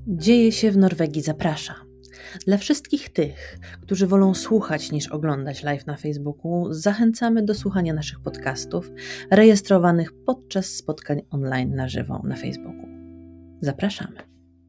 Dzieje się w Norwegii zaprasza. Dla wszystkich tych, którzy wolą słuchać niż oglądać live na Facebooku, zachęcamy do słuchania naszych podcastów rejestrowanych podczas spotkań online na żywo na Facebooku. Zapraszamy.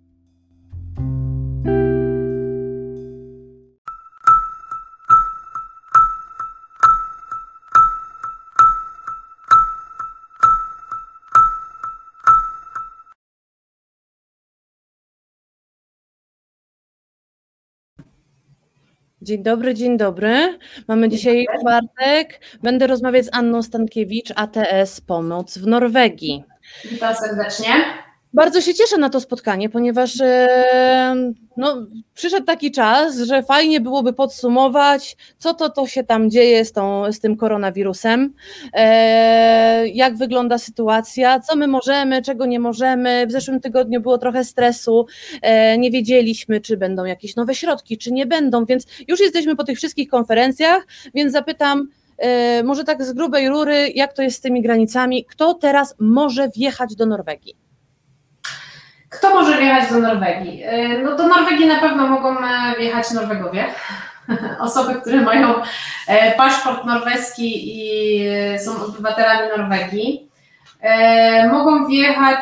Dzień dobry, dzień dobry. Mamy dzisiaj czwartek. Będę rozmawiać z Anną Stankiewicz, ATS Pomoc w Norwegii. Witam serdecznie. Bardzo się cieszę na to spotkanie, ponieważ przyszedł taki czas, że fajnie byłoby podsumować, co to się tam dzieje z tym koronawirusem, jak wygląda sytuacja, co my możemy, czego nie możemy. W zeszłym tygodniu było trochę stresu, nie wiedzieliśmy, czy będą jakieś nowe środki, czy nie będą, więc już jesteśmy po tych wszystkich konferencjach, więc zapytam, może tak z grubej rury, jak to jest z tymi granicami, kto teraz może wjechać do Norwegii? Kto może wjechać do Norwegii? No do Norwegii na pewno mogą wjechać Norwegowie, osoby, które mają paszport norweski i są obywatelami Norwegii. Mogą wjechać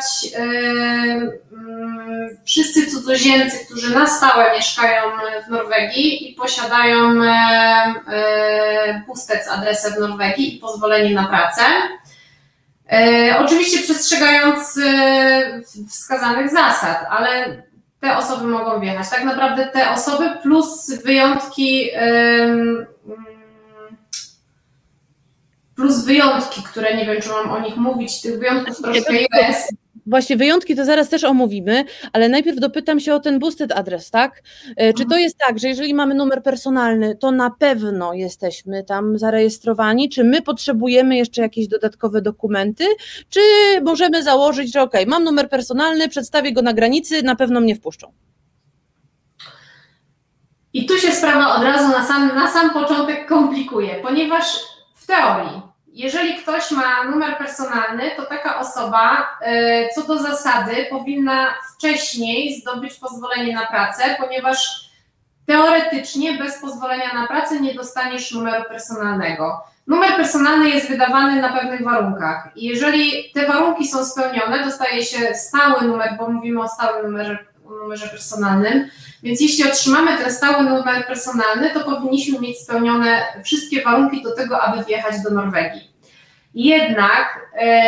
wszyscy cudzoziemcy, którzy na stałe mieszkają w Norwegii i posiadają pustet adresem w Norwegii i pozwolenie na pracę. Oczywiście przestrzegając wskazanych zasad, ale te osoby mogą wjechać. Tak naprawdę te osoby plus wyjątki, które nie wiem, czy mam o nich mówić, tych wyjątków troszkę jest. Właśnie wyjątki to zaraz też omówimy, ale najpierw dopytam się o ten boosted adres, tak? Czy to jest tak, że jeżeli mamy numer personalny, to na pewno jesteśmy tam zarejestrowani, czy my potrzebujemy jeszcze jakieś dodatkowe dokumenty, czy możemy założyć, że okej, mam numer personalny, przedstawię go na granicy, na pewno mnie wpuszczą? I tu się sprawa od razu na sam początek komplikuje, ponieważ w teorii, jeżeli ktoś ma numer personalny, to taka osoba co do zasady powinna wcześniej zdobyć pozwolenie na pracę, ponieważ teoretycznie bez pozwolenia na pracę nie dostaniesz numeru personalnego. Numer personalny jest wydawany na pewnych warunkach i jeżeli te warunki są spełnione, dostaje się stały numer, bo mówimy o stałym numerze personalnym, więc jeśli otrzymamy ten stały numer personalny, to powinniśmy mieć spełnione wszystkie warunki do tego, aby wjechać do Norwegii. Jednak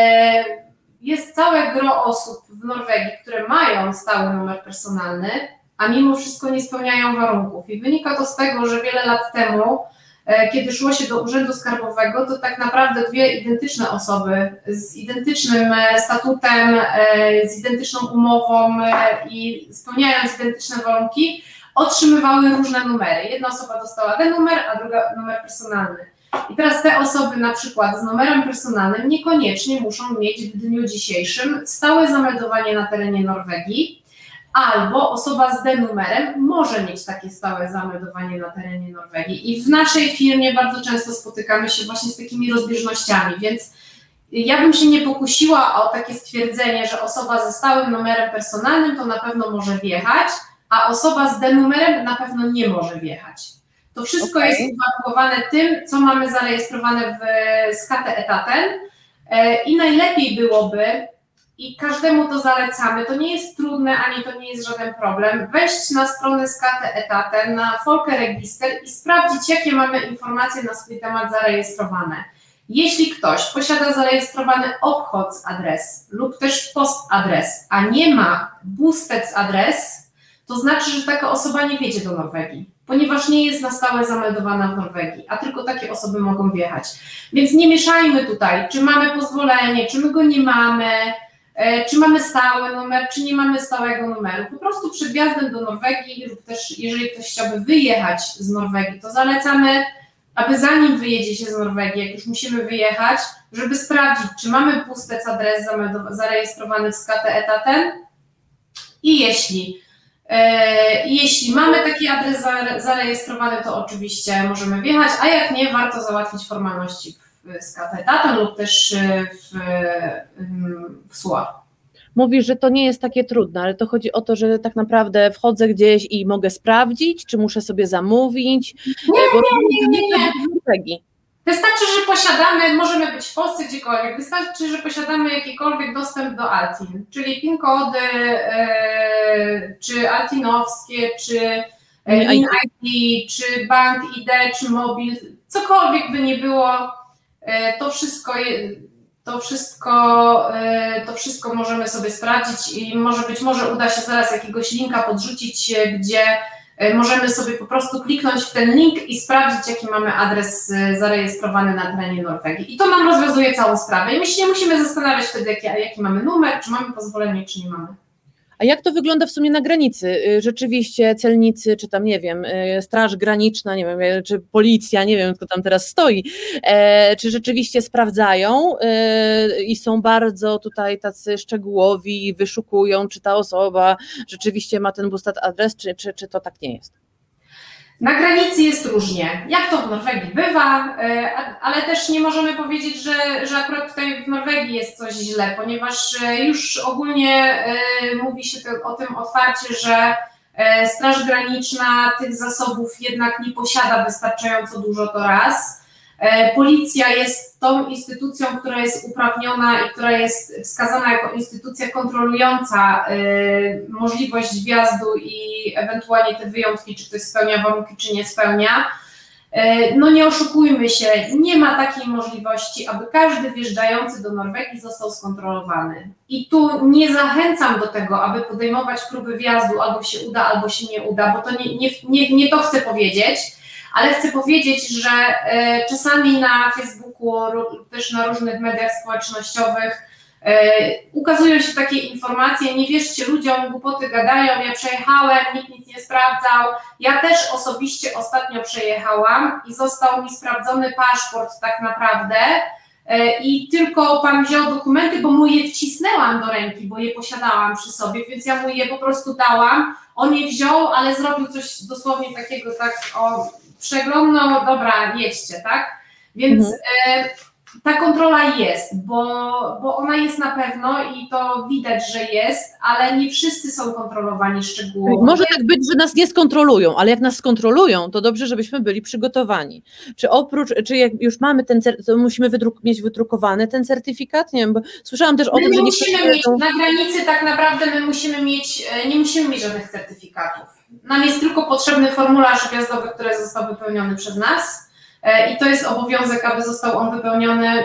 jest całe gro osób w Norwegii, które mają stały numer personalny, a mimo wszystko nie spełniają warunków. I wynika to z tego, że wiele lat temu, kiedy szło się do Urzędu Skarbowego, to tak naprawdę dwie identyczne osoby z identycznym statutem, z identyczną umową i spełniając identyczne warunki, otrzymywały różne numery. Jedna osoba dostała ten numer, a druga numer personalny. I teraz te osoby na przykład z numerem personalnym niekoniecznie muszą mieć w dniu dzisiejszym stałe zameldowanie na terenie Norwegii, albo osoba z D-numerem może mieć takie stałe zameldowanie na terenie Norwegii. I w naszej firmie bardzo często spotykamy się właśnie z takimi rozbieżnościami, więc ja bym się nie pokusiła o takie stwierdzenie, że osoba ze stałym numerem personalnym to na pewno może wjechać, a osoba z D-numerem na pewno nie może wjechać. To wszystko jest uwarunkowane tym, co mamy zarejestrowane w Skatte Etaten i najlepiej byłoby, i każdemu to zalecamy, to nie jest trudne, ani to nie jest żaden problem, wejść na stronę Skatte Etaten, na Folkeregister i sprawdzić, jakie mamy informacje na swój temat zarejestrowane. Jeśli ktoś posiada zarejestrowany oppholdsadres lub też postadres, a nie ma bostedsadres, to znaczy, że taka osoba nie wjedzie do Norwegii, ponieważ nie jest na stałe zameldowana w Norwegii, a tylko takie osoby mogą wjechać. Więc nie mieszajmy tutaj, czy mamy pozwolenie, czy my go nie mamy, czy mamy stały numer, czy nie mamy stałego numeru. Po prostu przed wjazdem do Norwegii lub też jeżeli ktoś chciałby wyjechać z Norwegii, to zalecamy, aby zanim wyjedzie się z Norwegii, jak już musimy wyjechać, żeby sprawdzić, czy mamy bostedsadres zarejestrowany w Skatte Etaten i jeśli mamy taki adres zarejestrowany, to oczywiście możemy wjechać, a jak nie, warto załatwić formalności w Skatte Etaten lub też w SUA. Mówisz, że to nie jest takie trudne, ale to chodzi o to, że tak naprawdę wchodzę gdzieś i mogę sprawdzić, czy muszę sobie zamówić? Nie. Wystarczy, że posiadamy, możemy być w Polsce gdziekolwiek, wystarczy, że posiadamy jakikolwiek dostęp do Altin, czyli PIN kody, czy altinowskie, czy MinID, czy Bank ID, czy Mobil, cokolwiek by nie było, to wszystko możemy sobie sprawdzić i być może uda się zaraz jakiegoś linka podrzucić, gdzie możemy sobie po prostu kliknąć w ten link i sprawdzić, jaki mamy adres zarejestrowany na terenie Norwegii. I to nam rozwiązuje całą sprawę. I my się nie musimy zastanawiać wtedy, jaki mamy numer, czy mamy pozwolenie, czy nie mamy. A jak to wygląda w sumie na granicy? Rzeczywiście celnicy, czy tam, nie wiem, Straż Graniczna, nie wiem, czy policja, nie wiem, kto tam teraz stoi, czy rzeczywiście sprawdzają i są bardzo tutaj tacy szczegółowi i wyszukują, czy ta osoba rzeczywiście ma ten Bostad adres, czy to tak nie jest? Na granicy jest różnie, jak to w Norwegii bywa, ale też nie możemy powiedzieć, że akurat tutaj w Norwegii jest coś źle, ponieważ już ogólnie mówi się o tym otwarcie, że Straż Graniczna tych zasobów jednak nie posiada wystarczająco dużo, to raz. Policja jest tą instytucją, która jest uprawniona i która jest wskazana jako instytucja kontrolująca możliwość wjazdu i ewentualnie te wyjątki, czy ktoś spełnia warunki, czy nie spełnia. No nie oszukujmy się, nie ma takiej możliwości, aby każdy wjeżdżający do Norwegii został skontrolowany. I tu nie zachęcam do tego, aby podejmować próby wjazdu, albo się uda, albo się nie uda, bo to nie to chcę powiedzieć, ale chcę powiedzieć, że czasami na Facebooku, też na różnych mediach społecznościowych ukazują się takie informacje, nie wierzcie ludziom, głupoty gadają, ja przejechałem, nikt nic nie sprawdzał, ja też osobiście ostatnio przejechałam i został mi sprawdzony paszport tak naprawdę i tylko pan wziął dokumenty, bo mu je wcisnęłam do ręki, bo je posiadałam przy sobie, więc ja mu je po prostu dałam, on je wziął, ale zrobił coś dosłownie takiego, tak przeglądnął, dobra, jedźcie, tak? Więc ta kontrola jest, bo ona jest na pewno i to widać, że jest, ale nie wszyscy są kontrolowani szczegółowo. Może tak być, że nas nie skontrolują, ale jak nas skontrolują, to dobrze, żebyśmy byli przygotowani. Czy jak już mamy to musimy mieć wydrukowany ten certyfikat? Nie wiem, bo słyszałam też o tym, że na granicy tak naprawdę nie musimy mieć żadnych certyfikatów. Nam jest tylko potrzebny formularz wjazdowy, który został wypełniony przez nas. I to jest obowiązek, aby został on wypełniony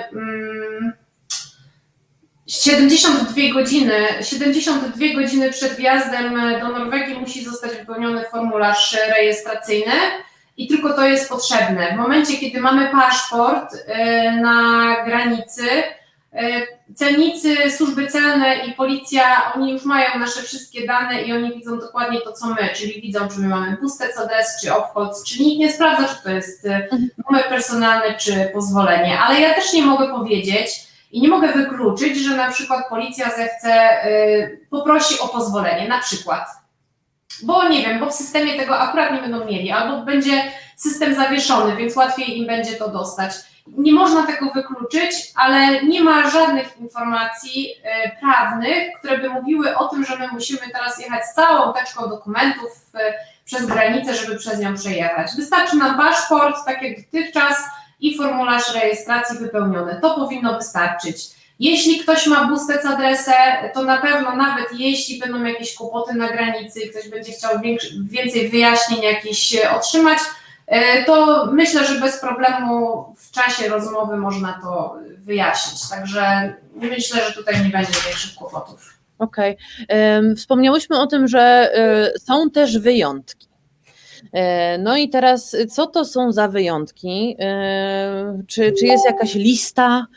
72 godziny przed wjazdem do Norwegii musi zostać wypełniony formularz rejestracyjny i tylko to jest potrzebne. W momencie, kiedy mamy paszport na granicy, celnicy, służby celne i policja, oni już mają nasze wszystkie dane i oni widzą dokładnie to, co my, czyli widzą, czy my mamy Bostad-adres, czy obchod, czy nikt nie sprawdza, czy to jest numer personalny, czy pozwolenie. Ale ja też nie mogę powiedzieć i nie mogę wykluczyć, że na przykład policja poprosi o pozwolenie, na przykład. Bo nie wiem, bo w systemie tego akurat nie będą mieli, albo będzie system zawieszony, więc łatwiej im będzie to dostać. Nie można tego wykluczyć, ale nie ma żadnych informacji prawnych, które by mówiły o tym, że my musimy teraz jechać z całą teczką dokumentów przez granicę, żeby przez nią przejechać. Wystarczy nam paszport, tak jak dotychczas, i formularz rejestracji wypełniony. To powinno wystarczyć. Jeśli ktoś ma Bostad-adresę, to na pewno nawet jeśli będą jakieś kłopoty na granicy i ktoś będzie chciał więcej wyjaśnień jakichś otrzymać, to myślę, że bez problemu w czasie rozmowy można to wyjaśnić. Także myślę, że tutaj nie będzie większych kłopotów. Okej. Wspomniałyśmy o tym, że są też wyjątki. No i teraz, co to są za wyjątki? Czy jest jakaś lista?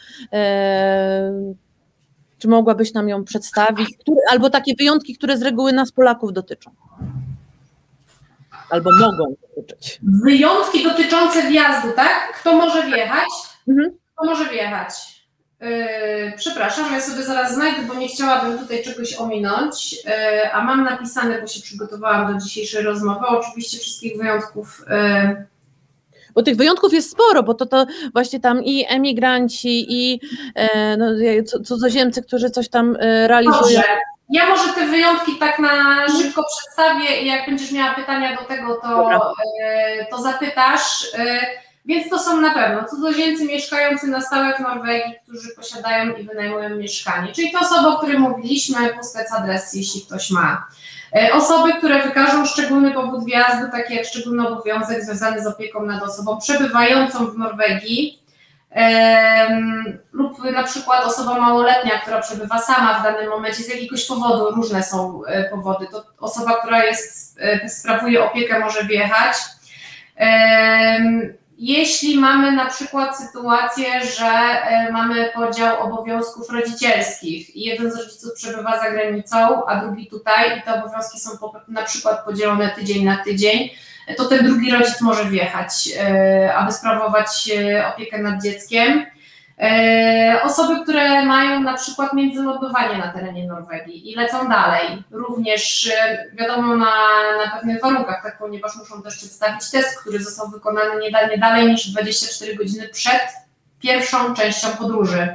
Czy mogłabyś nam ją przedstawić? Albo takie wyjątki, które z reguły nas, Polaków, dotyczą? Albo mogą dotyczyć. Wyjątki dotyczące wjazdu, tak? Kto może wjechać? Kto może wjechać? Przepraszam, ja sobie zaraz znajdę, bo nie chciałabym tutaj czegoś ominąć, a mam napisane, bo się przygotowałam do dzisiejszej rozmowy, oczywiście wszystkich wyjątków. Bo tych wyjątków jest sporo, bo to właśnie tam i emigranci, i cudzoziemcy, którzy coś tam realizują. Dobrze. Ja może te wyjątki tak na szybko przedstawię i jak będziesz miała pytania do tego, to zapytasz. Więc to są na pewno cudzoziemcy mieszkający na stałe w Norwegii, którzy posiadają i wynajmują mieszkanie, czyli to osoby, o których mówiliśmy, pustec adres, jeśli ktoś ma. Osoby, które wykażą szczególny powód wjazdu, taki jak szczególny obowiązek związany z opieką nad osobą przebywającą w Norwegii, lub na przykład osoba małoletnia, która przebywa sama w danym momencie z jakiegoś powodu, różne są powody, to osoba, która sprawuje opiekę, może wjechać. Jeśli mamy na przykład sytuację, że mamy podział obowiązków rodzicielskich i jeden z rodziców przebywa za granicą, a drugi tutaj i te obowiązki są na przykład podzielone tydzień na tydzień, to ten drugi rodzic może wjechać, aby sprawować opiekę nad dzieckiem. Osoby, które mają na przykład międzylądowanie na terenie Norwegii i lecą dalej, również wiadomo na pewnych warunkach, tak, ponieważ muszą też przedstawić test, który został wykonany nie dalej niż 24 godziny przed pierwszą częścią podróży.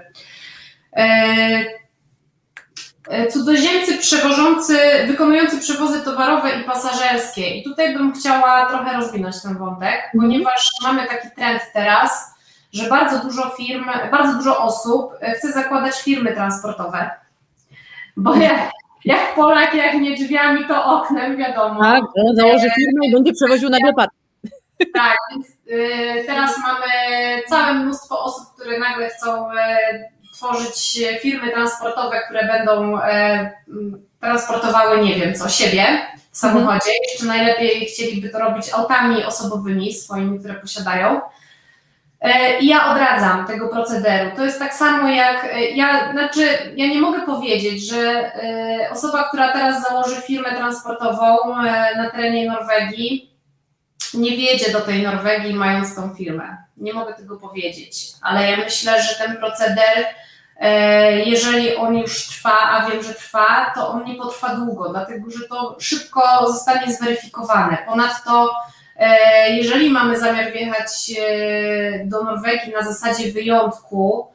Cudzoziemcy wykonujący przewozy towarowe i pasażerskie. I tutaj bym chciała trochę rozwinąć ten wątek, ponieważ mamy taki trend teraz, że bardzo dużo osób chce zakładać firmy transportowe. Bo jak Polak, jak nie drzwiami, to oknem, wiadomo. Tak, założy firmę i będzie przewoził nagle paczki. Tak, więc teraz mamy całe mnóstwo osób, które nagle chcą tworzyć firmy transportowe, które będą transportowały, nie wiem co, siebie w samochodzie. Jeszcze najlepiej chcieliby to robić autami osobowymi swoimi, które posiadają. I ja odradzam tego procederu. To jest tak samo jak, ja nie mogę powiedzieć, że osoba, która teraz założy firmę transportową na terenie Norwegii, nie wjedzie do tej Norwegii mając tą firmę. Nie mogę tego powiedzieć, ale ja myślę, że ten proceder, jeżeli on już trwa, a wiem, że trwa, to on nie potrwa długo, dlatego że to szybko zostanie zweryfikowane. Ponadto jeżeli mamy zamiar wjechać do Norwegii na zasadzie wyjątku,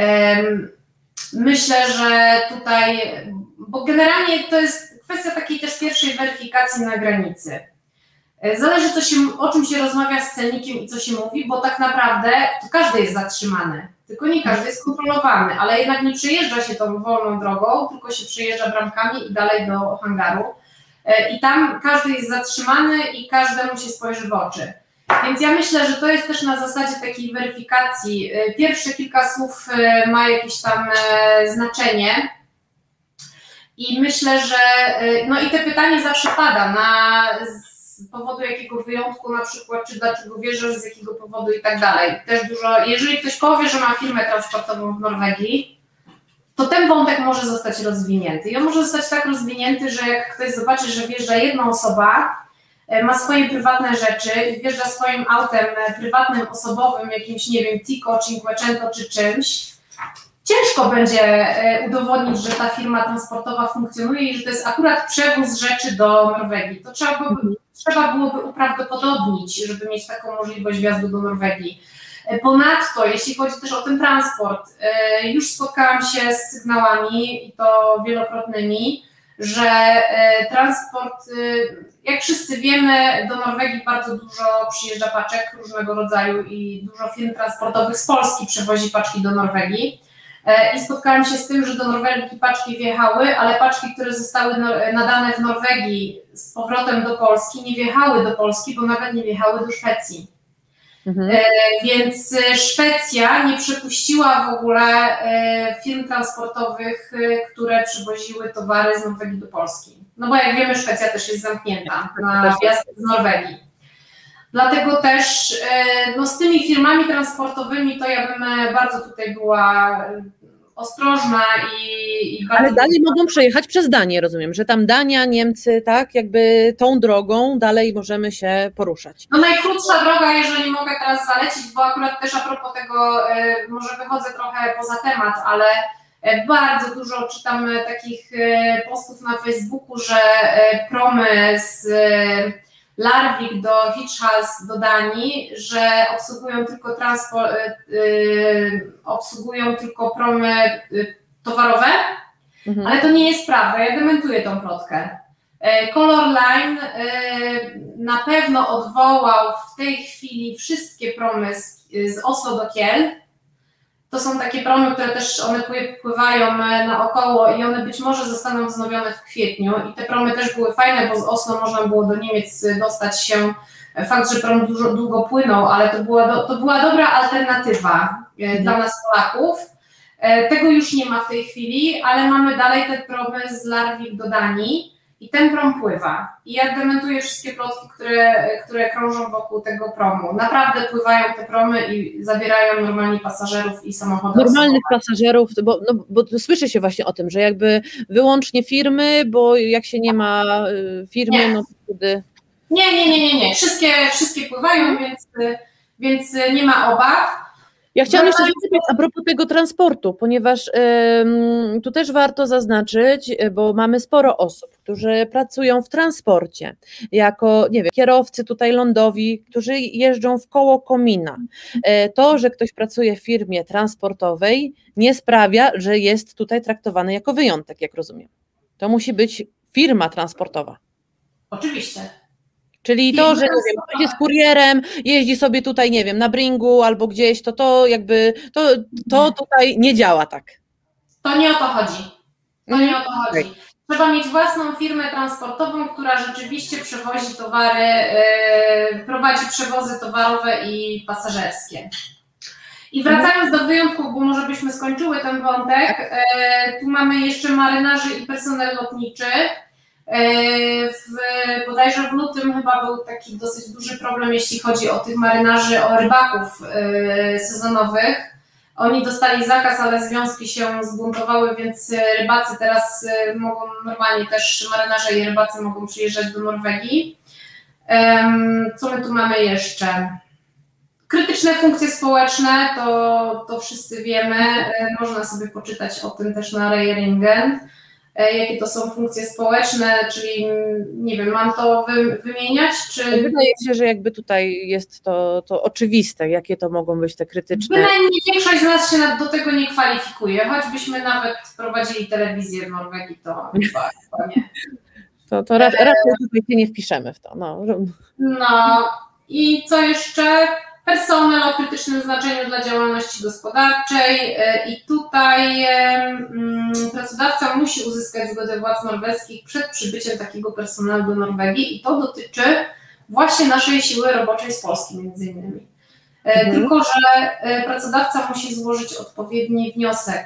myślę, że tutaj, bo generalnie to jest kwestia takiej też pierwszej weryfikacji na granicy. Zależy o czym się rozmawia z celnikiem i co się mówi, bo tak naprawdę to każdy jest zatrzymany, tylko nie każdy jest kontrolowany, ale jednak nie przejeżdża się tą wolną drogą, tylko się przejeżdża bramkami i dalej do hangaru. I tam każdy jest zatrzymany i każdemu się spojrzy w oczy. Więc ja myślę, że to jest też na zasadzie takiej weryfikacji. Pierwsze kilka słów ma jakieś tam znaczenie i myślę, że no i te pytanie zawsze pada z powodu jakiego wyjątku na przykład, czy dlaczego wjeżdżasz, z jakiego powodu i tak dalej. Też dużo, jeżeli ktoś powie, że ma firmę transportową w Norwegii, to ten wątek może zostać rozwinięty. I on może zostać tak rozwinięty, że jak ktoś zobaczy, że wjeżdża jedna osoba, ma swoje prywatne rzeczy, wjeżdża swoim autem prywatnym, osobowym, jakimś, nie wiem, Tico, Cinquecento czy czymś, ciężko będzie udowodnić, że ta firma transportowa funkcjonuje i że to jest akurat przewóz rzeczy do Norwegii. To trzeba byłoby uprawdopodobnić, żeby mieć taką możliwość wjazdu do Norwegii. Ponadto, jeśli chodzi też o ten transport, już spotkałam się z sygnałami, i to wielokrotnymi, że transport, jak wszyscy wiemy, do Norwegii bardzo dużo przyjeżdża paczek różnego rodzaju i dużo firm transportowych z Polski przewozi paczki do Norwegii. I spotkałam się z tym, że do Norwegii paczki wjechały, ale paczki, które zostały nadane w Norwegii z powrotem do Polski, nie wjechały do Polski, bo nawet nie wjechały do Szwecji. Więc Szwecja nie przepuściła w ogóle firm transportowych, które przywoziły towary z Norwegii do Polski. No bo jak wiemy, Szwecja też jest zamknięta na wjazd z Norwegii. Dlatego też no, z tymi firmami transportowymi to ja bym bardzo tutaj była ostrożna i bardzo... Ale dalej mogą przejechać przez Danię, rozumiem, że tam Dania, Niemcy, tak, jakby tą drogą dalej możemy się poruszać. No najkrótsza droga, jeżeli mogę teraz zalecić, bo akurat też a propos tego, może wychodzę trochę poza temat, ale bardzo dużo czytam takich postów na Facebooku, że promy Larvik do Hitchhals do Danii, że obsługują tylko promy towarowe, ale to nie jest prawda, ja dementuję tą plotkę. Colorline na pewno odwołał w tej chwili wszystkie promy z Oslo do Kiel. To są takie promy, które też one pływają naokoło i one być może zostaną wznowione w kwietniu i te promy też były fajne, bo z Oslo można było do Niemiec dostać się, fakt, że prom dużo długo płynął, ale to była dobra alternatywa dla nas Polaków. Tego już nie ma w tej chwili, ale mamy dalej te promy z Larvik do Danii i ten prom pływa. I ja dementuję wszystkie plotki, które krążą wokół tego promu. Naprawdę pływają te promy i zabierają normalnie pasażerów i samochody normalnych osobowe. pasażerów, bo słyszy się właśnie o tym, że jakby wyłącznie firmy, bo jak się nie ma firmy, Nie. no to wtedy... Nie. Wszystkie pływają, więc nie ma obaw. Ja chciałam jeszcze zapytać a propos tego transportu, ponieważ tu też warto zaznaczyć, bo mamy sporo osób, którzy pracują w transporcie, jako, nie wiem, kierowcy tutaj lądowi, którzy jeżdżą w koło komina. To, że ktoś pracuje w firmie transportowej, nie sprawia, że jest tutaj traktowany jako wyjątek, jak rozumiem. To musi być firma transportowa. Oczywiście. Czyli to, że nie wiem, ktoś jest kurierem, jeździ sobie tutaj, nie wiem, na Bringu albo gdzieś, to jakby, to tutaj nie działa tak. To nie o to chodzi. Trzeba mieć własną firmę transportową, która rzeczywiście przewozi towary, prowadzi przewozy towarowe i pasażerskie. I wracając do wyjątków, bo może byśmy skończyły ten wątek, tu mamy jeszcze marynarzy i personel lotniczy. Bodajże w lutym chyba był taki dosyć duży problem, jeśli chodzi o tych marynarzy, o rybaków sezonowych. Oni dostali zakaz, ale związki się zbuntowały, więc rybacy teraz mogą normalnie też, marynarze i rybacy mogą przyjeżdżać do Norwegii. Co my tu mamy jeszcze? Krytyczne funkcje społeczne, to wszyscy wiemy, można sobie poczytać o tym też na Reiringen. Jakie to są funkcje społeczne, czyli nie wiem, mam to wymieniać, czy... Wydaje się, że jakby tutaj jest to oczywiste, jakie to mogą być te krytyczne... Bynajmniej większość z nas się do tego nie kwalifikuje, choćbyśmy nawet prowadzili telewizję w Norwegii, to chyba nie. To raczej tutaj się nie wpiszemy w to. No i co jeszcze? Personel o krytycznym znaczeniu dla działalności gospodarczej i tutaj pracodawca musi uzyskać zgodę władz norweskich przed przybyciem takiego personelu do Norwegii i to dotyczy właśnie naszej siły roboczej z Polski między innymi. Tylko że pracodawca musi złożyć odpowiedni wniosek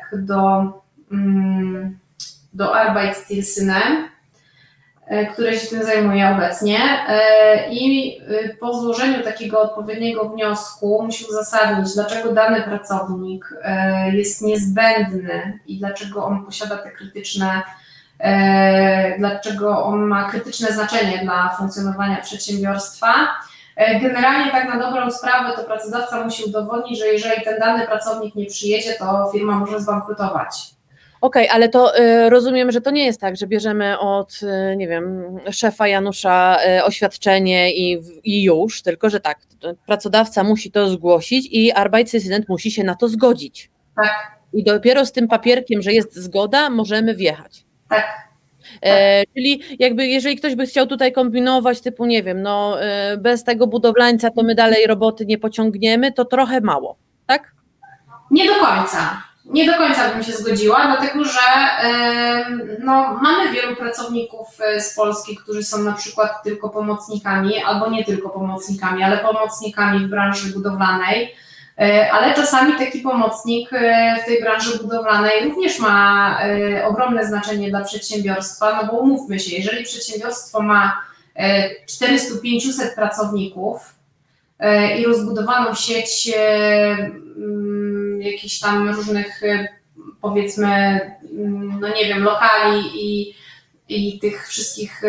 do Arbeidstilsynet, które się tym zajmuje obecnie i po złożeniu takiego odpowiedniego wniosku musi uzasadnić, dlaczego dany pracownik jest niezbędny i dlaczego on posiada te krytyczne, dlaczego on ma krytyczne znaczenie dla funkcjonowania przedsiębiorstwa. Generalnie tak na dobrą sprawę to pracodawca musi udowodnić, że jeżeli ten dany pracownik nie przyjedzie, to firma może zbankrutować. Okej, ale to rozumiem, że to nie jest tak, że bierzemy od, nie wiem, szefa Janusza oświadczenie i już, tylko że tak, pracodawca musi to zgłosić i Arbeitsassistent musi się na to zgodzić. Tak. I dopiero z tym papierkiem, że jest zgoda, możemy wjechać. Tak. Czyli jakby jeżeli ktoś by chciał tutaj kombinować, typu nie wiem, no bez tego budowlańca to my dalej roboty nie pociągniemy, to trochę mało, tak? Nie do końca. Nie do końca bym się zgodziła, dlatego że mamy wielu pracowników z Polski, którzy są na przykład tylko pomocnikami, albo nie tylko pomocnikami, ale pomocnikami w branży budowlanej, ale czasami taki pomocnik w tej branży budowlanej również ma ogromne znaczenie dla przedsiębiorstwa, no bo umówmy się, jeżeli przedsiębiorstwo ma 400-500 pracowników i rozbudowaną sieć jakichś tam różnych, powiedzmy, no nie wiem, lokali i tych wszystkich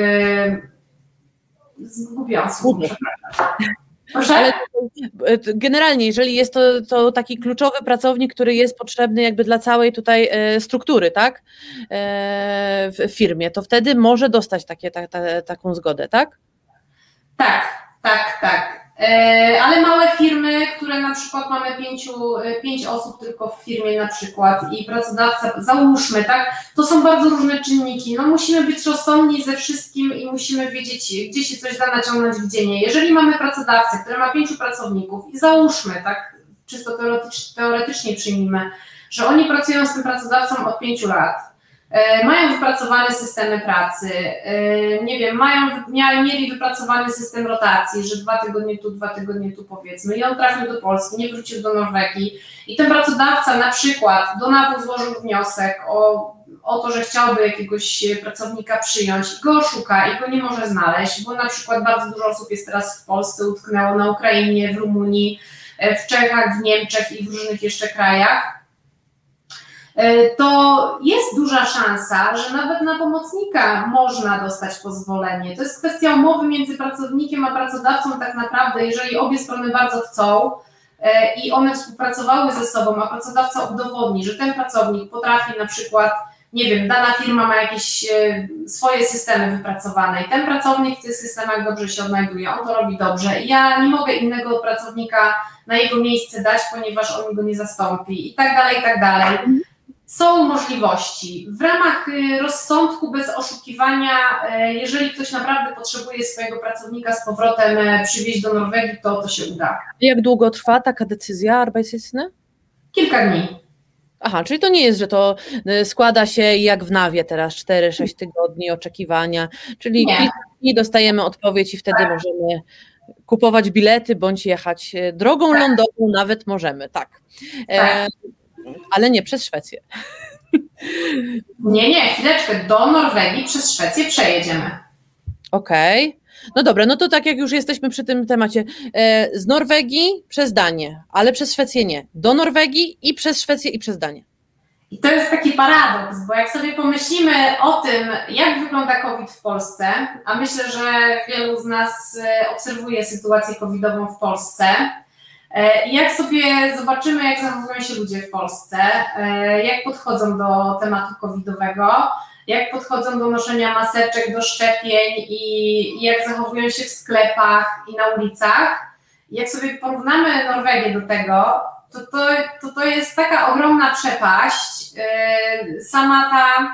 zgubiłam słowo, przepraszam. Proszę? Ale generalnie, jeżeli jest to taki kluczowy pracownik, który jest potrzebny jakby dla całej tutaj struktury, tak, w firmie, to wtedy może dostać taką zgodę, tak? Tak. Ale małe firmy, które na przykład mamy 5 osób tylko w firmie na przykład i pracodawca, załóżmy, tak, to są bardzo różne czynniki. No musimy być rozsądni ze wszystkim i musimy wiedzieć, gdzie się coś da naciągnąć, gdzie nie. Jeżeli mamy pracodawcę, który ma 5 pracowników i załóżmy, tak, czysto teoretycznie przyjmijmy, że oni pracują z tym pracodawcą od 5 lat, mają wypracowane systemy pracy, nie wiem, mieli wypracowany system rotacji, że 2 tygodnie tu, 2 tygodnie tu powiedzmy i on trafił do Polski, nie wrócił do Norwegii i ten pracodawca na przykład do NAW złożył wniosek o to, że chciałby jakiegoś pracownika przyjąć i go szuka i go nie może znaleźć, bo na przykład bardzo dużo osób jest teraz w Polsce, utknęło na Ukrainie, w Rumunii, w Czechach, w Niemczech i w różnych jeszcze krajach, to jest duża szansa, że nawet na pomocnika można dostać pozwolenie. To jest kwestia umowy między pracownikiem a pracodawcą tak naprawdę, jeżeli obie strony bardzo chcą i one współpracowały ze sobą, a pracodawca udowodni, że ten pracownik potrafi na przykład, nie wiem, dana firma ma jakieś swoje systemy wypracowane i ten pracownik w tych systemach dobrze się odnajduje, on to robi dobrze i ja nie mogę innego pracownika na jego miejsce dać, ponieważ on go nie zastąpi i tak dalej, i tak dalej. Są możliwości. W ramach rozsądku, bez oszukiwania, jeżeli ktoś naprawdę potrzebuje swojego pracownika z powrotem przywieźć do Norwegii, to się uda. Jak długo trwa taka decyzja Arbeitshilfe? Kilka dni. Aha, czyli to nie jest, że to składa się jak w NAW-ie teraz 4-6 tygodni oczekiwania, czyli kilka dni dostajemy odpowiedź i wtedy możemy kupować bilety bądź jechać drogą lądową, nawet możemy, tak. Ale nie przez Szwecję. Nie, chwileczkę, do Norwegii przez Szwecję przejedziemy. Okej. No dobra, no to tak jak już jesteśmy przy tym temacie, z Norwegii przez Danię, ale przez Szwecję nie. Do Norwegii i przez Szwecję i przez Danię. I to jest taki paradoks, bo jak sobie pomyślimy o tym, jak wygląda COVID w Polsce, a myślę, że wielu z nas obserwuje sytuację covidową w Polsce, i jak sobie zobaczymy, jak zachowują się ludzie w Polsce, jak podchodzą do tematu covidowego, jak podchodzą do noszenia maseczek, do szczepień i jak zachowują się w sklepach i na ulicach, jak sobie porównamy Norwegię do tego, to jest taka ogromna przepaść. Sama ta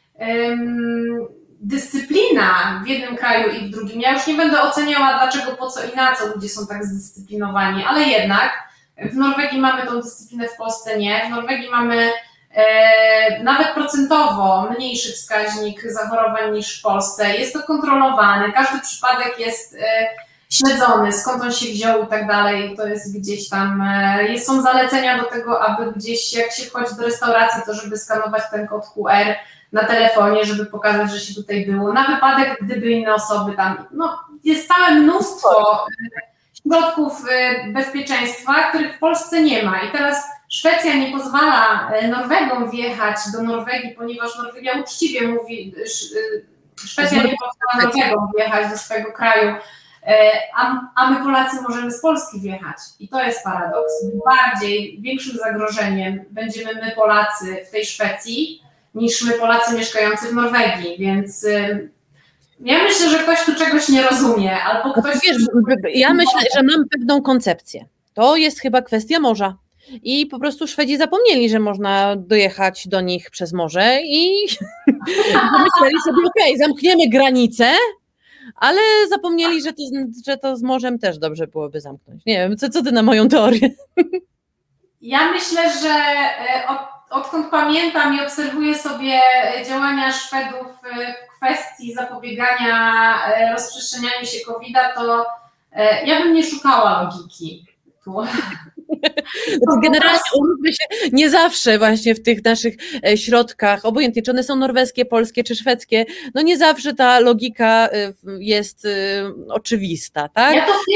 dyscyplina w jednym kraju i w drugim. Ja już nie będę oceniała dlaczego, po co i na co ludzie są tak zdyscyplinowani, ale jednak w Norwegii mamy tą dyscyplinę, w Polsce nie. W Norwegii mamy nawet procentowo mniejszy wskaźnik zachorowań niż w Polsce. Jest to kontrolowane, każdy przypadek jest śledzony, skąd on się wziął i tak dalej. To jest gdzieś tam, są zalecenia do tego, aby gdzieś jak się wchodzi do restauracji, to żeby skanować ten kod QR na telefonie, żeby pokazać, że się tutaj było, na wypadek, gdyby inne osoby tam, jest całe mnóstwo środków bezpieczeństwa, których w Polsce nie ma. I teraz Szwecja nie pozwala Norwegom wjechać do Norwegii, ponieważ Norwegia uczciwie mówi, Szwecja nie pozwala Norwegom wjechać do swojego kraju, a my Polacy możemy z Polski wjechać. I to jest paradoks. Większym zagrożeniem będziemy my Polacy w tej Szwecji, niż my Polacy mieszkający w Norwegii, więc ja myślę, że ktoś tu czegoś nie rozumie, albo ktoś... Ja myślę, że mam pewną koncepcję. To jest chyba kwestia morza. I po prostu Szwedzi zapomnieli, że można dojechać do nich przez morze i myśleli sobie, okej, zamkniemy granicę, ale zapomnieli, że to z morzem też dobrze byłoby zamknąć. Nie wiem, co ty na moją teorię? Ja myślę, że odkąd pamiętam i obserwuję sobie działania Szwedów w kwestii zapobiegania rozprzestrzenianiu się COVID-a, to ja bym nie szukała logiki tu. Generalnie umówmy się, nie zawsze właśnie w tych naszych środkach, obojętnie czy one są norweskie, polskie czy szwedzkie, nie zawsze ta logika jest oczywista, tak? Ja to w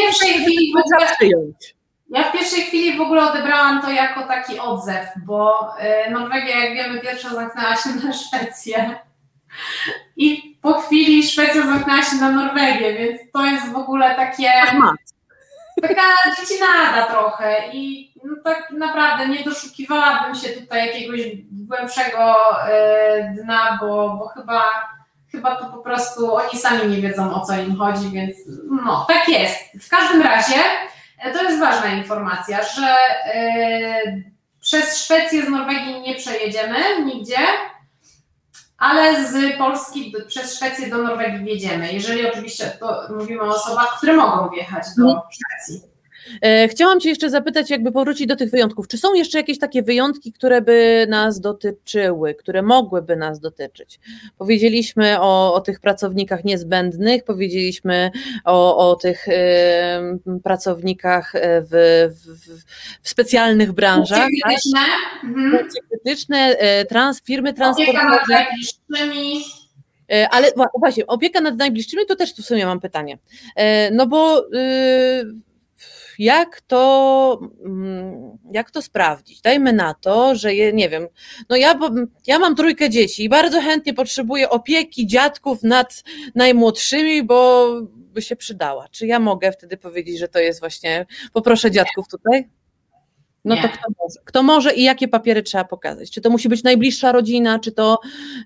pierwszej chwili w ogóle odebrałam to jako taki odzew, bo Norwegia, jak wiemy, pierwsza zamknęła się na Szwecję i po chwili Szwecja zamknęła się na Norwegię, więc to jest w ogóle taka dziecinada trochę i tak naprawdę nie doszukiwałabym się tutaj jakiegoś głębszego dna, bo chyba chyba to po prostu oni sami nie wiedzą, o co im chodzi, więc no, tak jest. W każdym razie to jest ważna informacja, że przez Szwecję z Norwegii nie przejedziemy nigdzie, ale z Polski przez Szwecję do Norwegii wjedziemy, jeżeli oczywiście to mówimy o osobach, które mogą wjechać do Szwecji. Chciałam Cię jeszcze zapytać, jakby powrócić do tych wyjątków. Czy są jeszcze jakieś takie wyjątki, które by nas dotyczyły, które mogłyby nas dotyczyć? Powiedzieliśmy o tych pracownikach niezbędnych, powiedzieliśmy o tych pracownikach w specjalnych branżach. Funkcje krytyczne, firmy transportowe. Opieka nad najbliższymi. Ale właśnie, opieka nad najbliższymi, to też w sumie mam pytanie. No bo jak to sprawdzić? Dajmy na to, że nie wiem, no ja mam 3 dzieci i bardzo chętnie potrzebuję opieki dziadków nad najmłodszymi, bo by się przydała. Czy ja mogę wtedy powiedzieć, że to jest właśnie, poproszę dziadków tutaj? No nie. To kto może? Kto może i jakie papiery trzeba pokazać? Czy to musi być najbliższa rodzina, czy to...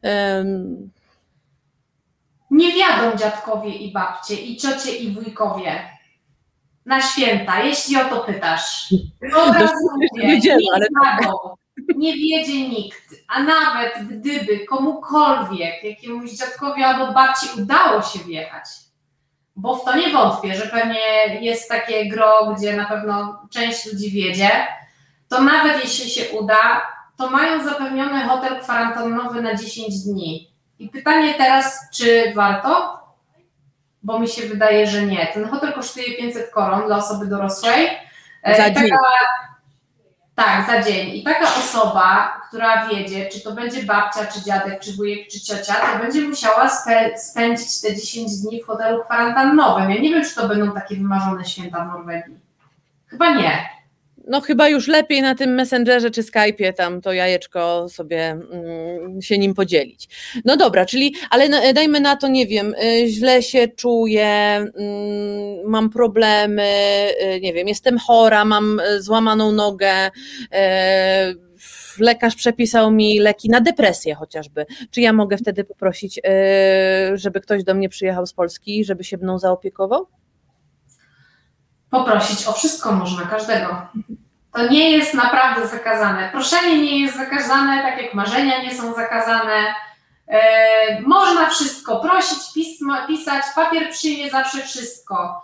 Nie wiadą dziadkowie i babcie, i ciocie i wujkowie na święta, jeśli o to pytasz. No od razu mówię, nie wiedzie nikt, a nawet gdyby komukolwiek, jakiemuś dziadkowi albo babci udało się wjechać, bo w to nie wątpię, że pewnie jest takie gro, gdzie na pewno część ludzi wiedzie, to nawet jeśli się uda, to mają zapewniony hotel kwarantannowy na 10 dni. I pytanie teraz, czy warto? Bo mi się wydaje, że nie. Ten hotel kosztuje 500 koron dla osoby dorosłej. Za dzień. Tak, za dzień. I taka osoba, która wiedzie, czy to będzie babcia, czy dziadek, czy wujek, czy ciocia, to będzie musiała spędzić te 10 dni w hotelu kwarantannowym. Ja nie wiem, czy to będą takie wymarzone święta w Norwegii. Chyba nie. No chyba już lepiej na tym Messengerze czy Skype'ie tam to jajeczko sobie się nim podzielić. No dobra, czyli, ale dajmy na to, nie wiem, źle się czuję, mam problemy, nie wiem, jestem chora, mam złamaną nogę, lekarz przepisał mi leki na depresję chociażby. Czy ja mogę wtedy poprosić, żeby ktoś do mnie przyjechał z Polski, żeby się mną zaopiekował? Poprosić o wszystko można, każdego. To nie jest naprawdę zakazane. Proszenie nie jest zakazane, tak jak marzenia nie są zakazane. Można wszystko prosić, pisać, papier przyjmie zawsze wszystko.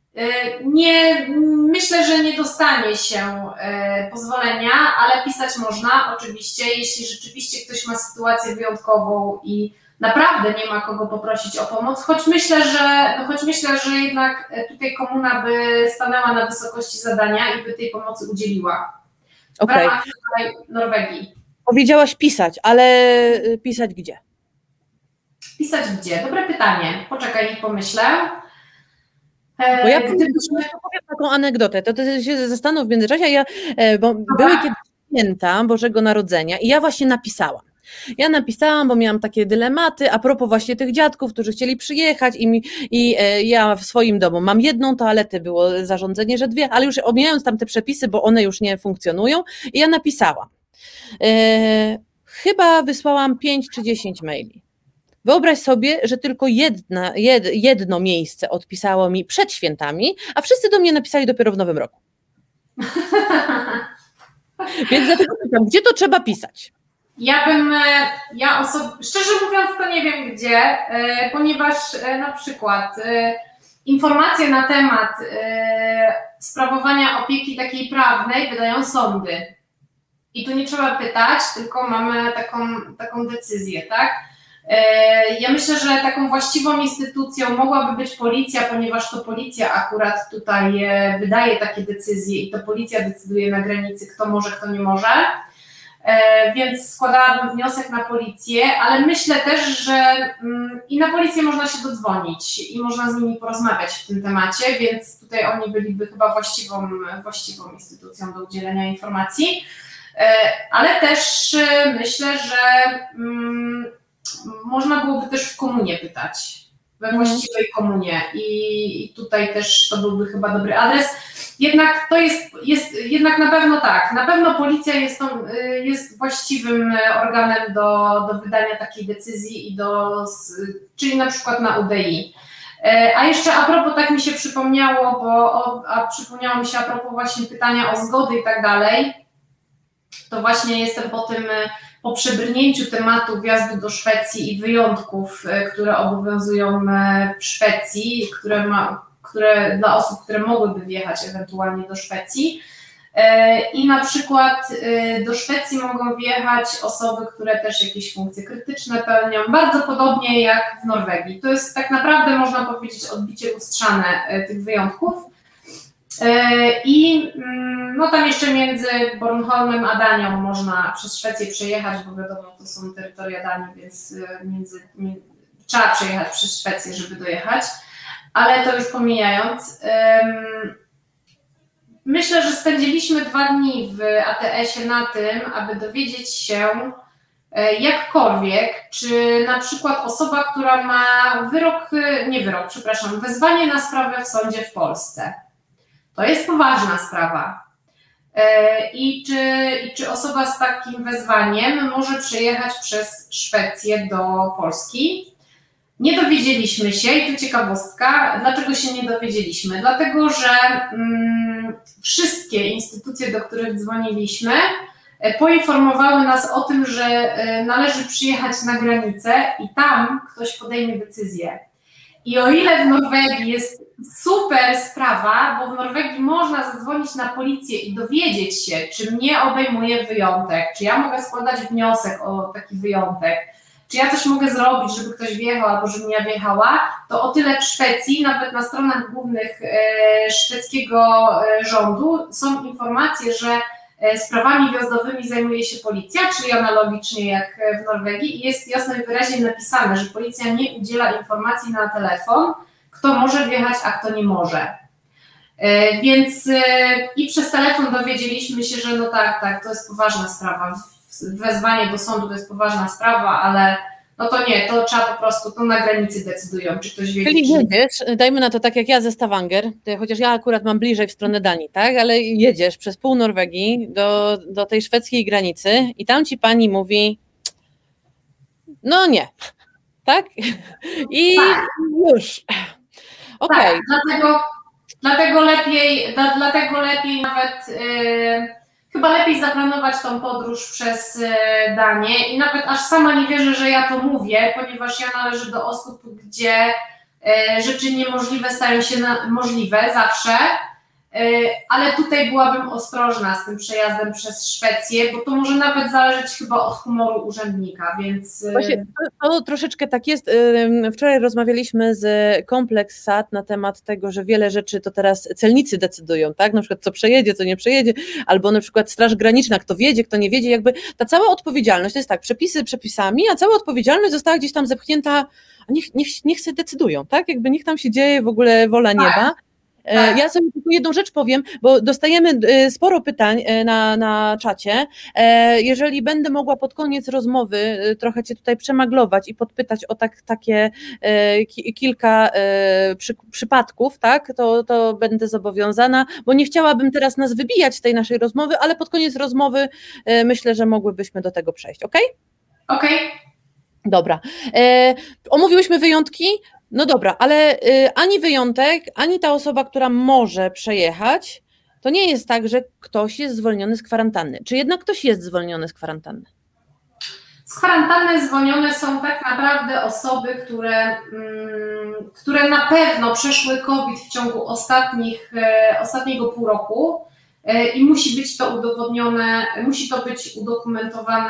Myślę, że nie dostanie się pozwolenia, ale pisać można oczywiście, jeśli rzeczywiście ktoś ma sytuację wyjątkową i naprawdę nie ma kogo poprosić o pomoc, choć myślę, że jednak tutaj komuna by stanęła na wysokości zadania i by tej pomocy udzieliła. W ramach Norwegii. Powiedziałaś pisać, ale pisać gdzie? Pisać gdzie? Dobre pytanie. Poczekaj, niech pomyślę. Bo ja powiem taką anegdotę, to się zastanów w międzyczasie, bo były kiedyś święta Bożego Narodzenia i ja właśnie napisałam. Ja napisałam, bo miałam takie dylematy a propos właśnie tych dziadków, którzy chcieli przyjechać i ja w swoim domu mam jedną toaletę, było zarządzenie, że 2, ale już omijając tam te przepisy, bo one już nie funkcjonują i ja napisałam. Chyba wysłałam 5 czy 10 maili. Wyobraź sobie, że tylko jedno miejsce odpisało mi przed świętami, a wszyscy do mnie napisali dopiero w Nowym Roku. Więc dlatego pytam, gdzie to trzeba pisać? Szczerze mówiąc, to nie wiem gdzie, ponieważ na przykład informacje na temat sprawowania opieki takiej prawnej wydają sądy. I tu nie trzeba pytać, tylko mamy taką decyzję, tak? Ja myślę, że taką właściwą instytucją mogłaby być policja, ponieważ to policja akurat tutaj wydaje takie decyzje i to policja decyduje na granicy, kto może, kto nie może. Więc składałabym wniosek na policję, ale myślę też, że i na policję można się dodzwonić i można z nimi porozmawiać w tym temacie, więc tutaj oni byliby chyba właściwą instytucją do udzielenia informacji, ale też myślę, że można byłoby też w komunie pytać, w we właściwej komunie i tutaj też to byłby chyba dobry adres. Jednak to jest jednak na pewno tak, na pewno policja jest właściwym organem do wydania takiej decyzji czyli na przykład na UDI. A jeszcze a propos, tak mi się przypomniało, przypomniało mi się a propos właśnie pytania o zgody i tak dalej, to właśnie jestem po przebrnięciu tematu wjazdu do Szwecji i wyjątków, które obowiązują w Szwecji, które dla osób, które mogłyby wjechać ewentualnie do Szwecji. I na przykład do Szwecji mogą wjechać osoby, które też jakieś funkcje krytyczne pełnią, bardzo podobnie jak w Norwegii. To jest tak naprawdę, można powiedzieć, odbicie lustrzane tych wyjątków. I no tam jeszcze między Bornholmem a Danią można przez Szwecję przejechać, bo wiadomo, to są terytoria Danii, więc trzeba przejechać przez Szwecję, żeby dojechać. Ale to już pomijając, myślę, że spędziliśmy 2 dni w ATS-ie na tym, aby dowiedzieć się jakkolwiek, czy na przykład osoba, która ma wezwanie na sprawę w sądzie w Polsce. To jest poważna sprawa. I czy osoba z takim wezwaniem może przyjechać przez Szwecję do Polski? Nie dowiedzieliśmy się, i tu ciekawostka, dlaczego się nie dowiedzieliśmy? Dlatego, że wszystkie instytucje, do których dzwoniliśmy, poinformowały nas o tym, że należy przyjechać na granicę i tam ktoś podejmie decyzję. I o ile w Norwegii jest super sprawa, bo w Norwegii można zadzwonić na policję i dowiedzieć się, czy mnie obejmuje wyjątek, czy ja mogę składać wniosek o taki wyjątek, czy ja coś mogę zrobić, żeby ktoś wjechał albo żebym ja wjechała, to o tyle w Szwecji, nawet na stronach głównych szwedzkiego rządu są informacje, że sprawami wjazdowymi zajmuje się policja, czyli analogicznie jak w Norwegii, i jest jasno i wyraźnie napisane, że policja nie udziela informacji na telefon, kto może wjechać, a kto nie może. Więc i przez telefon dowiedzieliśmy się, że no tak, to jest poważna sprawa. Wezwanie do sądu to jest poważna sprawa, ale no to nie, to trzeba po prostu, to na granicy decydują, czy ktoś wie. Czyli jedziesz, dajmy na to tak jak ja ze Stavanger, chociaż ja akurat mam bliżej w stronę Danii, tak, ale jedziesz przez pół Norwegii do tej szwedzkiej granicy i tam ci pani mówi, no nie, tak? I tak. Już. Okej. Tak, dlatego lepiej nawet chyba lepiej zaplanować tą podróż przez Danię i nawet aż sama nie wierzę, że ja to mówię, ponieważ ja należę do osób, gdzie rzeczy niemożliwe stają się możliwe zawsze, ale tutaj byłabym ostrożna z tym przejazdem przez Szwecję, bo to może nawet zależeć chyba od humoru urzędnika, więc... Właśnie, to troszeczkę tak jest. Wczoraj rozmawialiśmy z Kompleks.sat na temat tego, że wiele rzeczy to teraz celnicy decydują, tak? Na przykład co przejedzie, co nie przejedzie, albo na przykład Straż Graniczna, kto wiedzie, kto nie wiedzie, jakby ta cała odpowiedzialność, to jest tak, przepisy przepisami, a cała odpowiedzialność została gdzieś tam zepchnięta, a niech sobie decydują, tak? Jakby niech tam się dzieje w ogóle wola nieba. Ja sobie tylko jedną rzecz powiem, bo dostajemy sporo pytań na czacie. Jeżeli będę mogła pod koniec rozmowy trochę Cię tutaj przemaglować i podpytać o takie kilka przypadków, tak, to będę zobowiązana, bo nie chciałabym teraz nas wybijać z tej naszej rozmowy, ale pod koniec rozmowy myślę, że mogłybyśmy do tego przejść, okej? Okej. Dobra. Omówiłyśmy wyjątki. No dobra, ale ani wyjątek, ani ta osoba, która może przejechać, to nie jest tak, że ktoś jest zwolniony z kwarantanny. Czy jednak ktoś jest zwolniony z kwarantanny? Z kwarantanny zwolnione są tak naprawdę osoby, które na pewno przeszły COVID w ciągu ostatniego pół roku i musi być to udowodnione, musi to być udokumentowane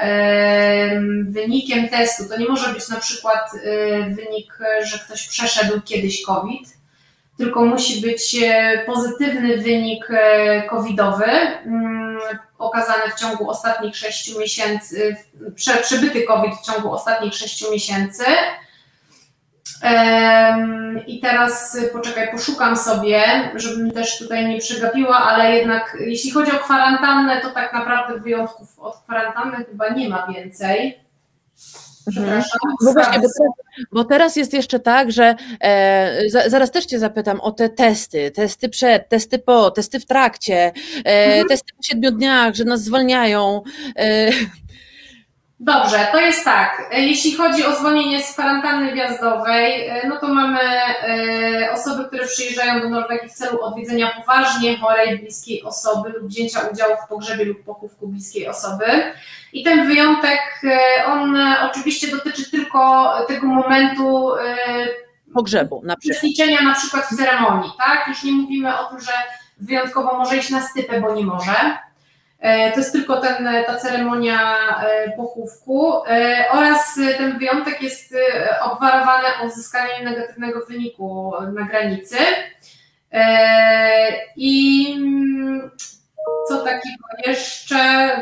wynikiem testu. To nie może być na przykład wynik, że ktoś przeszedł kiedyś COVID, tylko musi być pozytywny wynik covidowy okazany w ciągu ostatnich 6 miesięcy, przebyty COVID w ciągu ostatnich 6 miesięcy. I teraz poczekaj, poszukam sobie, żebym też tutaj nie przegapiła, ale jednak jeśli chodzi o kwarantannę, to tak naprawdę wyjątków od kwarantanny chyba nie ma więcej. Przepraszam. No właśnie, bo teraz jest jeszcze tak, że zaraz też Cię zapytam o te testy przed, testy po, testy w trakcie, testy po 7 dniach, że nas zwalniają. Dobrze, to jest tak, jeśli chodzi o zwolnienie z kwarantanny wjazdowej, no to mamy osoby, które przyjeżdżają do Norwegii w celu odwiedzenia poważnie chorej bliskiej osoby lub wzięcia udziału w pogrzebie lub pochówku bliskiej osoby. I ten wyjątek, on oczywiście dotyczy tylko tego momentu pogrzebu na przykład. Uczestniczenia na przykład w ceremonii, tak? Już nie mówimy o tym, że wyjątkowo może iść na stypę, bo nie może. To jest tylko ta ceremonia pochówku oraz ten wyjątek jest obwarowany uzyskaniem negatywnego wyniku na granicy. I co takiego jeszcze?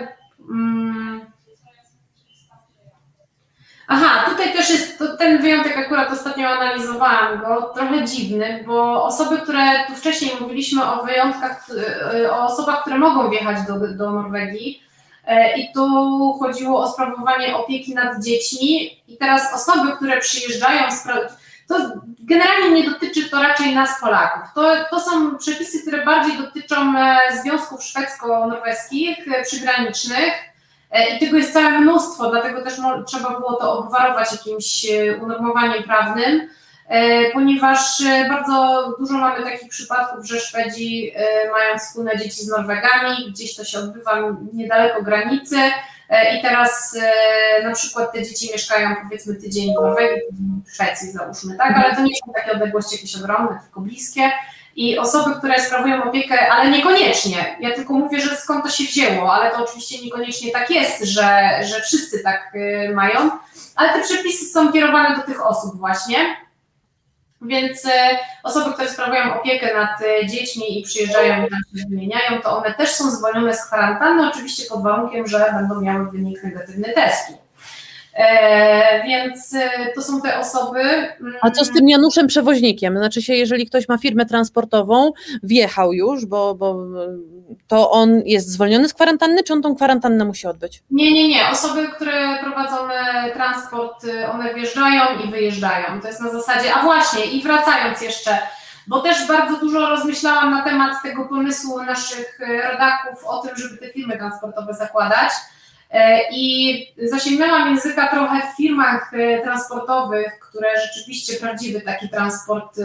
Aha, tutaj też jest ten wyjątek, akurat ostatnio analizowałam go, trochę dziwny, bo osoby, które tu wcześniej mówiliśmy o wyjątkach, o osobach, które mogą wjechać do Norwegii i tu chodziło o sprawowanie opieki nad dziećmi i teraz osoby, które przyjeżdżają, to generalnie nie dotyczy to raczej nas Polaków. To są przepisy, które bardziej dotyczą związków szwedzko-norweskich przygranicznych. I tego jest całe mnóstwo, dlatego też trzeba było to obwarować jakimś unormowaniem prawnym, ponieważ bardzo dużo mamy takich przypadków, że Szwedzi mają wspólne dzieci z Norwegami, gdzieś to się odbywa niedaleko granicy i teraz na przykład te dzieci mieszkają powiedzmy tydzień w Norwegii, tydzień w Szwecji załóżmy, tak? Ale to nie są takie odległości jakieś ogromne, tylko bliskie. I osoby, które sprawują opiekę, ale niekoniecznie, ja tylko mówię, że skąd to się wzięło, ale to oczywiście niekoniecznie tak jest, że wszyscy tak mają, ale te przepisy są kierowane do tych osób właśnie, więc osoby, które sprawują opiekę nad dziećmi i przyjeżdżają i tam się wymieniają, to one też są zwolnione z kwarantanny, oczywiście pod warunkiem, że będą miały wynik negatywny testu. Więc to są te osoby. A co z tym Januszem przewoźnikiem? Znaczy się, jeżeli ktoś ma firmę transportową, wjechał już, bo to on jest zwolniony z kwarantanny, czy on tą kwarantannę musi odbyć? Nie. Osoby, które prowadzą transport, one wjeżdżają i wyjeżdżają. To jest na zasadzie, a właśnie i wracając jeszcze, bo też bardzo dużo rozmyślałam na temat tego pomysłu naszych rodaków o tym, żeby te firmy transportowe zakładać. I zasięgnęłam języka trochę w firmach transportowych, które rzeczywiście prawdziwy taki transport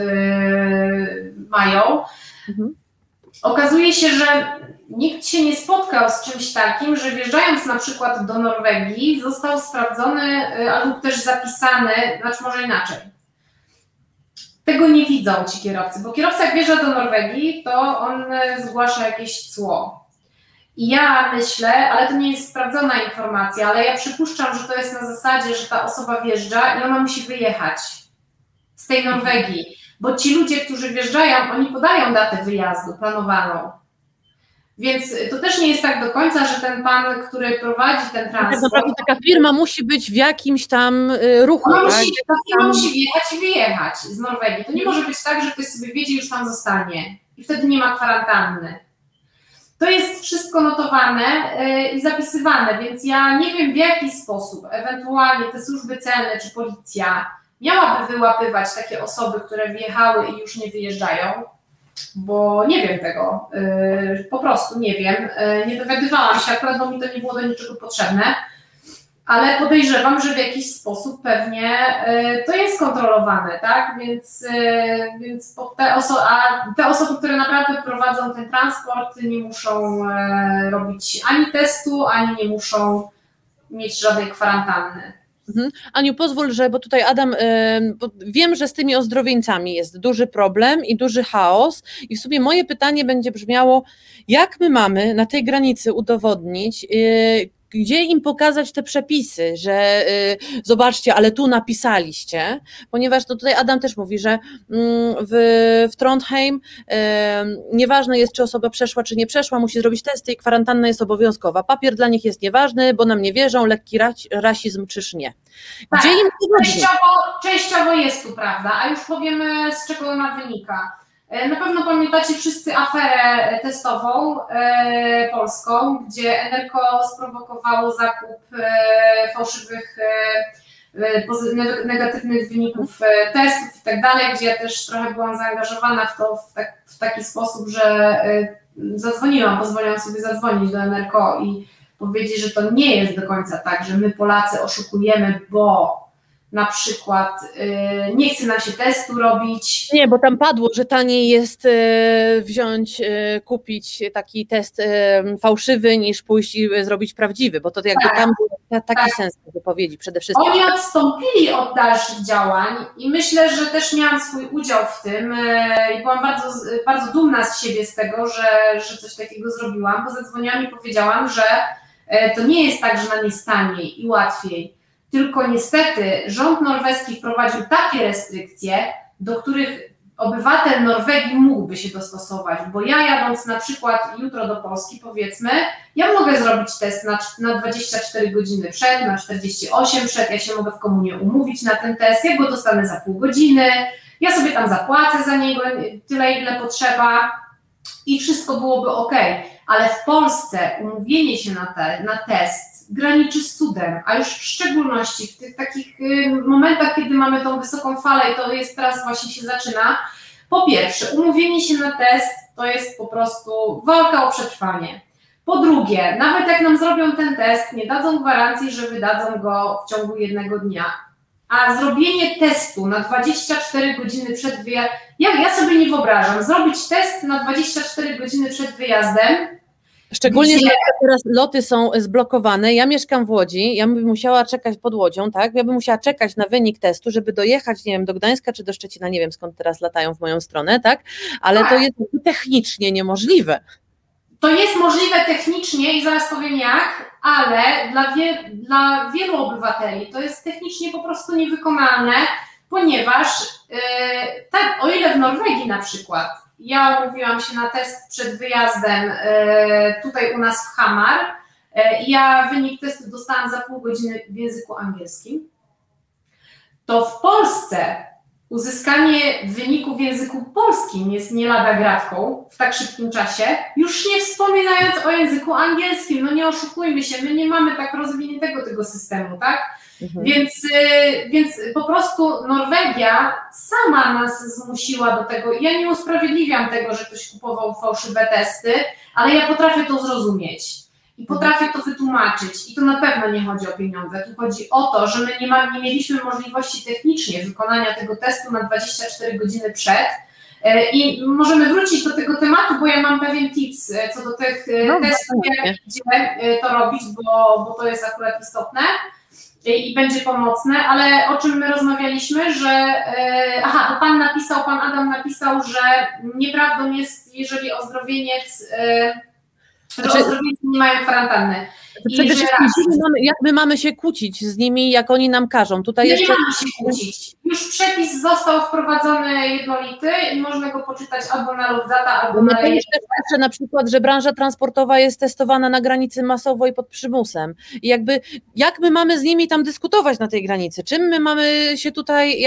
mają. Okazuje się, że nikt się nie spotkał z czymś takim, że wjeżdżając na przykład do Norwegii został sprawdzony albo też zapisany, znaczy może inaczej. Tego nie widzą ci kierowcy, bo kierowca jak wjeżdża do Norwegii, to on zgłasza jakieś cło. I ja myślę, ale to nie jest sprawdzona informacja, ale ja przypuszczam, że to jest na zasadzie, że ta osoba wjeżdża i ona musi wyjechać z tej Norwegii, bo ci ludzie, którzy wjeżdżają, oni podają datę wyjazdu planowaną. Więc to też nie jest tak do końca, że ten pan, który prowadzi ten transport... Tak naprawdę taka firma musi być w jakimś tam ruchu. Ta firma musi wjechać i wyjechać z Norwegii. To nie może być tak, że ktoś sobie wiedzie i już tam zostanie i wtedy nie ma kwarantanny. To jest wszystko notowane i zapisywane, więc ja nie wiem, w jaki sposób ewentualnie te służby celne czy policja miałaby wyłapywać takie osoby, które wjechały i już nie wyjeżdżają, bo nie wiem tego, po prostu nie wiem, nie dowiadywałam się, akurat bo mi to nie było do niczego potrzebne, ale podejrzewam, że w jakiś sposób pewnie to jest kontrolowane, tak? Więc te osoby, które naprawdę prowadzą ten transport, nie muszą robić ani testu, ani nie muszą mieć żadnej kwarantanny. Aniu, pozwól, że, bo tutaj Adam, bo wiem, że z tymi ozdrowieńcami jest duży problem i duży chaos i w sumie moje pytanie będzie brzmiało, jak my mamy na tej granicy udowodnić, gdzie im pokazać te przepisy, że zobaczcie, ale tu napisaliście, ponieważ to tutaj Adam też mówi, że w Trondheim nieważne jest, czy osoba przeszła, czy nie przeszła, musi zrobić testy i kwarantanna jest obowiązkowa. Papier dla nich jest nieważny, bo nam nie wierzą, lekki rasizm czyż nie. Gdzie tak, im częściowo jest tu prawda, a już powiemy, z czego ona wynika. Na pewno pamiętacie wszyscy aferę testową polską, gdzie Enerko sprowokowało zakup fałszywych negatywnych wyników testów i tak dalej, gdzie ja też trochę byłam zaangażowana w to w taki sposób, że pozwoliłam sobie zadzwonić do NRKO i powiedzieć, że to nie jest do końca tak, że my Polacy oszukujemy, bo na przykład nie chce nam się testu robić. Nie, bo tam padło, że taniej jest kupić taki test fałszywy niż pójść i zrobić prawdziwy, bo to jakby tak, tam był taki sens wypowiedzi przede wszystkim. Oni odstąpili od dalszych działań i myślę, że też miałam swój udział w tym i byłam bardzo, bardzo dumna z siebie z tego, że coś takiego zrobiłam, bo zadzwoniłam i powiedziałam, że to nie jest tak, że nam jest taniej i łatwiej, tylko niestety rząd norweski wprowadził takie restrykcje, do których obywatel Norwegii mógłby się dostosować, bo ja jadąc na przykład jutro do Polski, powiedzmy, ja mogę zrobić test na 24 godziny przed, na 48 przed, ja się mogę w komunie umówić na ten test, ja go dostanę za pół godziny, ja sobie tam zapłacę za niego tyle, ile potrzeba i wszystko byłoby ok, ale w Polsce umówienie się na test graniczy z cudem, a już w szczególności w tych takich momentach, kiedy mamy tą wysoką falę i to jest teraz właśnie się zaczyna. Po pierwsze, umówienie się na test to jest po prostu walka o przetrwanie. Po drugie, nawet jak nam zrobią ten test, nie dadzą gwarancji, że wydadzą go w ciągu jednego dnia. A zrobienie testu na 24 godziny przed wyjazdem, ja sobie nie wyobrażam, zrobić test na 24 godziny przed wyjazdem. Szczególnie, że teraz loty są zblokowane. Ja mieszkam w Łodzi, ja bym musiała czekać pod Łodzią, tak? Ja bym musiała czekać na wynik testu, żeby dojechać, nie wiem, do Gdańska czy do Szczecina, nie wiem skąd teraz latają w moją stronę, tak? Ale to jest technicznie niemożliwe. To jest możliwe technicznie i zaraz powiem jak, ale dla wielu obywateli to jest technicznie po prostu niewykonalne, ponieważ o ile w Norwegii na przykład ja umówiłam się na test przed wyjazdem tutaj u nas w Hamar. Ja wynik testu dostałam za pół godziny w języku angielskim. To w Polsce uzyskanie wyniku w języku polskim jest nie lada gratką w tak szybkim czasie, już nie wspominając o języku angielskim. No nie oszukujmy się, my nie mamy tak rozwiniętego tego systemu, tak? Więc po prostu Norwegia sama nas zmusiła do tego. Ja nie usprawiedliwiam tego, że ktoś kupował fałszywe testy, ale ja potrafię to zrozumieć i potrafię to wytłumaczyć i to na pewno nie chodzi o pieniądze, tu chodzi o to, że my nie mieliśmy możliwości technicznie wykonania tego testu na 24 godziny przed i możemy wrócić do tego tematu, bo ja mam pewien tips co do tych testów, gdzie to robić, bo to jest akurat istotne i będzie pomocne, ale o czym my rozmawialiśmy, że bo pan Adam napisał, że nieprawdą jest, jeżeli ozdrowieniec, że ozdrowieńcy nie mają kwarantanny. Przede wszystkim, jak my mamy się kłócić z nimi, jak oni nam każą? Tutaj nie mamy się kłócić. Już przepis został wprowadzony jednolity i można go poczytać albo na Love.data, albo na jeszcze na przykład, że branża transportowa jest testowana na granicy masowo i pod przymusem. I jakby, jak my mamy z nimi tam dyskutować na tej granicy? Czym my mamy się tutaj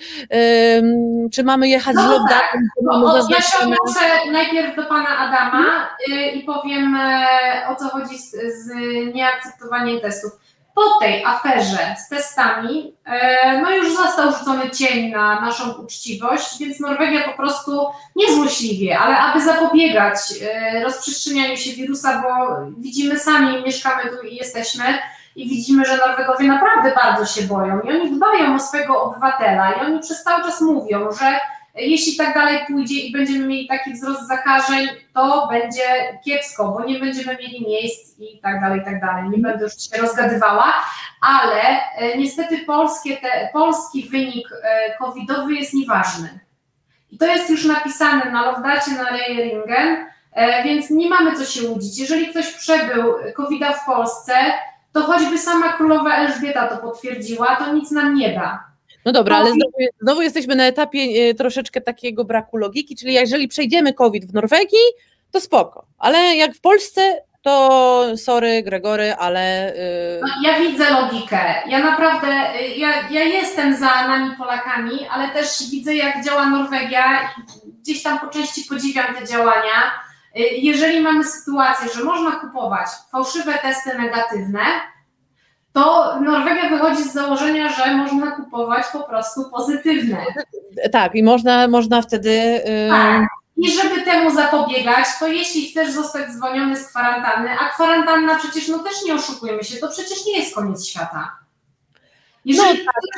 czy mamy jechać z Love.data? Ja się odnoszę najpierw do pana Adama i powiem, o co chodzi z nieakceptowaniem testów. Po tej aferze z testami, już został rzucony cień na naszą uczciwość, więc Norwegia po prostu niezłośliwie, ale aby zapobiegać rozprzestrzenianiu się wirusa, bo widzimy sami, mieszkamy tu i jesteśmy i widzimy, że Norwegowie naprawdę bardzo się boją i oni dbają o swojego obywatela i oni przez cały czas mówią, że jeśli tak dalej pójdzie i będziemy mieli taki wzrost zakażeń, to będzie kiepsko, bo nie będziemy mieli miejsc i tak dalej, i tak dalej. Nie będę już się rozgadywała, ale niestety polski wynik covidowy jest nieważny. I to jest już napisane na Love.dacie, na Regjeringen, więc nie mamy co się łudzić. Jeżeli ktoś przebył COVID-a w Polsce, to choćby sama królowa Elżbieta to potwierdziła, to nic nam nie da. No dobra, ale znowu jesteśmy na etapie troszeczkę takiego braku logiki, czyli jeżeli przejdziemy COVID w Norwegii, to spoko, ale jak w Polsce, to sorry Gregory, ale... Ja widzę logikę, ja naprawdę, ja jestem za nami Polakami, ale też widzę jak działa Norwegia i gdzieś tam po części podziwiam te działania. Jeżeli mamy sytuację, że można kupować fałszywe testy negatywne, to Norwegia wychodzi z założenia, że można kupować po prostu pozytywne. Tak, i można wtedy... Tak. I żeby temu zapobiegać, to jeśli chcesz zostać zwolniony z kwarantanny, a kwarantanna przecież, no też nie oszukujmy się, to przecież nie jest koniec świata. Jeżeli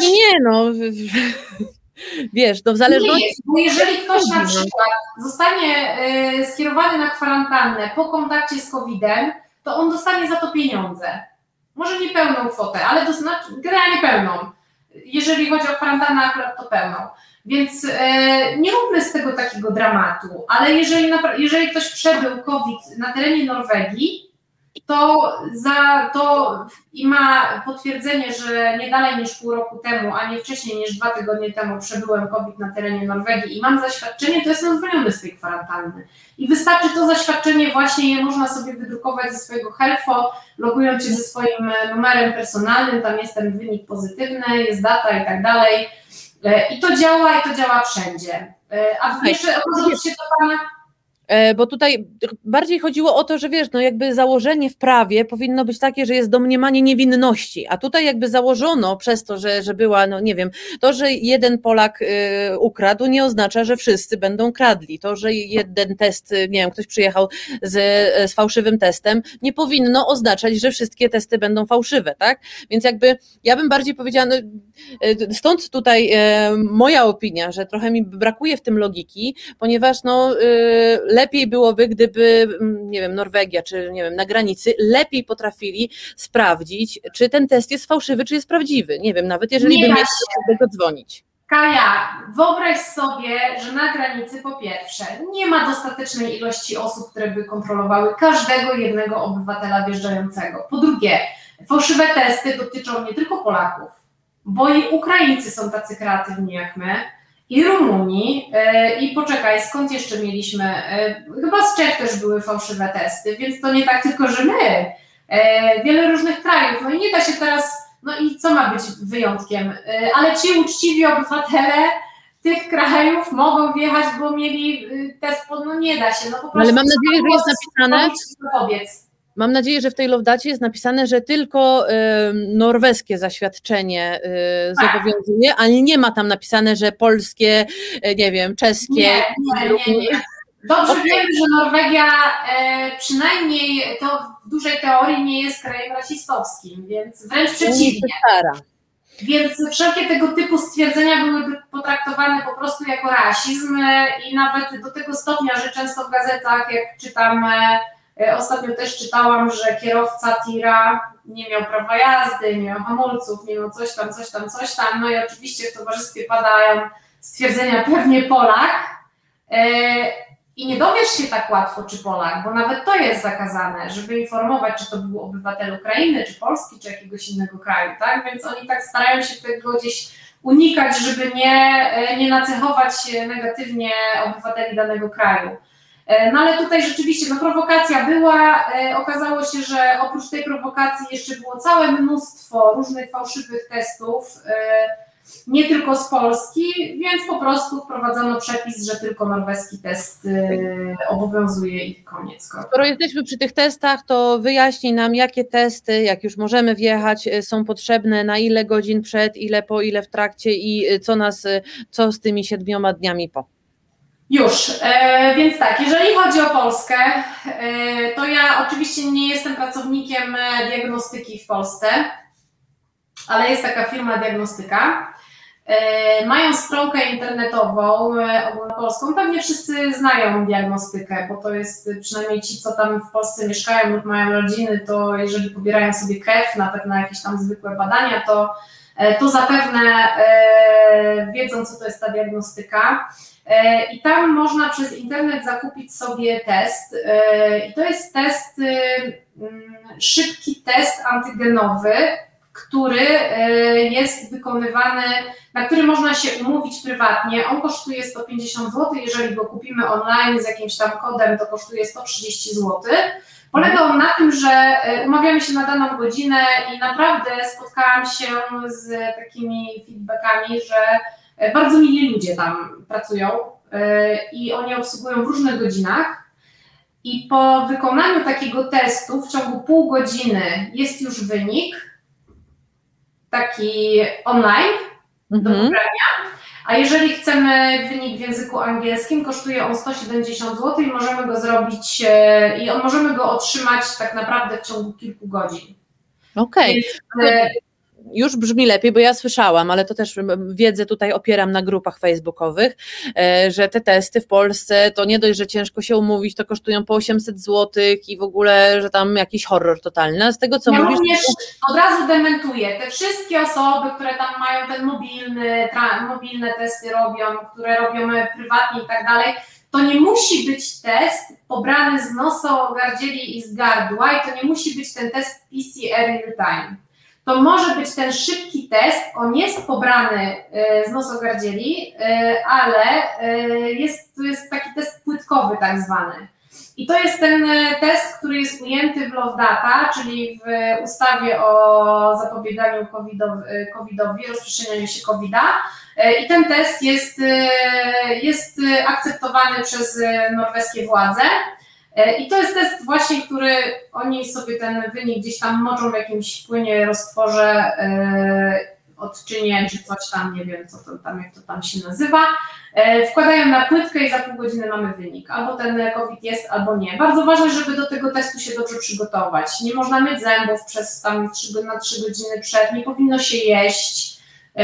wiesz, to w zależności... Nie jest, bo jeżeli ktoś na przykład zostanie skierowany na kwarantannę po kontakcie z COVID-em, to on dostanie za to pieniądze. Może nie pełną kwotę, ale generalnie pełną. Jeżeli chodzi o kwarantannę, akurat to pełną. Więc nie róbmy z tego takiego dramatu, ale jeżeli ktoś przebył COVID na terenie Norwegii, i ma potwierdzenie, że nie dalej niż pół roku temu, a nie wcześniej niż 2 tygodnie temu przebyłem COVID na terenie Norwegii i mam zaświadczenie, to jestem zwolniony z tej kwarantanny. I wystarczy to zaświadczenie, właśnie je można sobie wydrukować ze swojego HELFO, logując się ze swoim numerem personalnym, tam jest ten wynik pozytywny, jest data i tak dalej. I to działa wszędzie. A jeszcze odnosząc się do Pana... Bo tutaj bardziej chodziło o to, że wiesz, no jakby założenie w prawie powinno być takie, że jest domniemanie niewinności, a tutaj jakby założono przez to, że była, no nie wiem, to, że jeden Polak ukradł, nie oznacza, że wszyscy będą kradli. To, że jeden test, nie wiem, ktoś przyjechał z fałszywym testem, nie powinno oznaczać, że wszystkie testy będą fałszywe, tak? Więc jakby ja bym bardziej powiedziała, no, stąd tutaj moja opinia, że trochę mi brakuje w tym logiki, ponieważ no lepiej byłoby, gdyby, nie wiem, Norwegia, czy nie wiem, na granicy lepiej potrafili sprawdzić, czy ten test jest fałszywy, czy jest prawdziwy. Nie wiem, nawet jeżeli by mieli do tego dzwonić. Kaja, wyobraź sobie, że na granicy po pierwsze nie ma dostatecznej ilości osób, które by kontrolowały każdego jednego obywatela wjeżdżającego. Po drugie, fałszywe testy dotyczą nie tylko Polaków, bo i Ukraińcy są tacy kreatywni jak my, i Rumunii, i poczekaj, skąd jeszcze mieliśmy, chyba z Czech też były fałszywe testy, więc to nie tak tylko, że my, wiele różnych krajów, no i nie da się teraz, no i co ma być wyjątkiem, ale ci uczciwi obywatele tych krajów mogą wjechać, bo mieli test, no nie da się, no po prostu. Ale mam nadzieję, że jest napisane, powiedz. Mam nadzieję, że w tej lowdacie jest napisane, że tylko norweskie zaświadczenie zobowiązuje, ale nie ma tam napisane, że polskie, nie wiem, czeskie. Nie. Dobrze wiemy, że Norwegia przynajmniej to w dużej teorii nie jest krajem rasistowskim, więc wręcz przeciwnie. Więc wszelkie tego typu stwierdzenia byłyby potraktowane po prostu jako rasizm i nawet do tego stopnia, że często w gazetach, jak czytam, ostatnio też czytałam, że kierowca tira nie miał prawa jazdy, nie miał hamulców, nie miał coś tam, no i oczywiście w towarzystwie padają stwierdzenia pewnie Polak i nie dowiesz się tak łatwo, czy Polak, bo nawet to jest zakazane, żeby informować, czy to był obywatel Ukrainy, czy Polski, czy jakiegoś innego kraju, tak? Więc oni tak starają się tego gdzieś unikać, żeby nie nacechować negatywnie obywateli danego kraju. No ale tutaj rzeczywiście prowokacja była, okazało się, że oprócz tej prowokacji jeszcze było całe mnóstwo różnych fałszywych testów, nie tylko z Polski, więc po prostu wprowadzono przepis, że tylko norweski test obowiązuje i koniec. Skoro jesteśmy przy tych testach, to wyjaśnij nam, jakie testy, jak już możemy wjechać, są potrzebne, na ile godzin przed, ile po, ile w trakcie i co z tymi 7 dniami po. Już, więc tak, jeżeli chodzi o Polskę, to ja oczywiście nie jestem pracownikiem diagnostyki w Polsce, ale jest taka firma diagnostyka. Mają stronkę internetową ogólnopolską, pewnie wszyscy znają diagnostykę, bo to jest przynajmniej ci, co tam w Polsce mieszkają lub mają rodziny, to jeżeli pobierają sobie krew, nawet na jakieś tam zwykłe badania, to zapewne wiedzą, co to jest ta diagnostyka. I tam można przez internet zakupić sobie test i to jest test, szybki test antygenowy, który jest wykonywany, na który można się umówić prywatnie. On kosztuje 150 zł, jeżeli go kupimy online z jakimś tam kodem, to kosztuje 130 zł. Polega on na tym, że umawiamy się na daną godzinę i naprawdę spotkałam się z takimi feedbackami, że bardzo mili ludzie tam pracują i oni obsługują w różnych godzinach i po wykonaniu takiego testu w ciągu pół godziny jest już wynik taki online do pobrania, a jeżeli chcemy wynik w języku angielskim, kosztuje on 170 zł i możemy go zrobić możemy go otrzymać tak naprawdę w ciągu kilku godzin. Okej. Już brzmi lepiej, bo ja słyszałam, ale to też wiedzę tutaj opieram na grupach facebookowych, że te testy w Polsce to nie dość, że ciężko się umówić, to kosztują po 800 zł i w ogóle, że tam jakiś horror totalny. A z tego co mówisz... Również od razu dementuję, te wszystkie osoby, które tam mają ten mobilne testy robią, które robią prywatnie i tak dalej, to nie musi być test pobrany z nosogardzieli i z gardła i to nie musi być ten test PCR real time. To może być ten szybki test, on jest pobrany z nosogardzieli, ale to jest taki test płytkowy tak zwany. I to jest ten test, który jest ujęty w Love Data, czyli w ustawie o zapobieganiu COVID-owi, rozprzestrzenianiu się COVID-a. I ten test jest akceptowany przez norweskie władze. I to jest test właśnie, który oni sobie ten wynik gdzieś tam moczą w jakimś płynie, roztworze, odczynie czy coś tam, nie wiem co to tam, jak to tam się nazywa, wkładają na płytkę i za pół godziny mamy wynik. Albo ten COVID jest, albo nie. Bardzo ważne, żeby do tego testu się dobrze przygotować. Nie można myć zębów przez tam 3 godziny przed, nie powinno się jeść,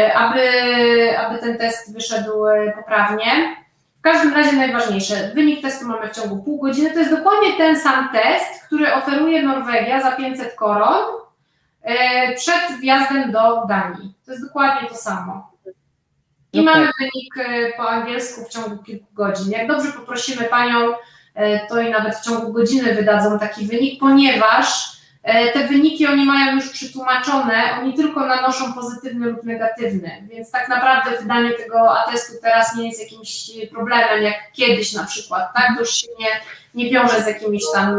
aby ten test wyszedł poprawnie. W każdym razie najważniejsze, wynik testu mamy w ciągu pół godziny, to jest dokładnie ten sam test, który oferuje Norwegia za 500 koron przed wjazdem do Danii. To jest dokładnie to samo. I mamy wynik po angielsku w ciągu kilku godzin. Jak dobrze poprosimy panią, to i nawet w ciągu godziny wydadzą taki wynik, ponieważ te wyniki oni mają już przetłumaczone, oni tylko nanoszą pozytywny lub negatywny, więc tak naprawdę wydanie tego atestu teraz nie jest jakimś problemem, jak kiedyś na przykład, tak? To już się nie wiąże z jakimiś tam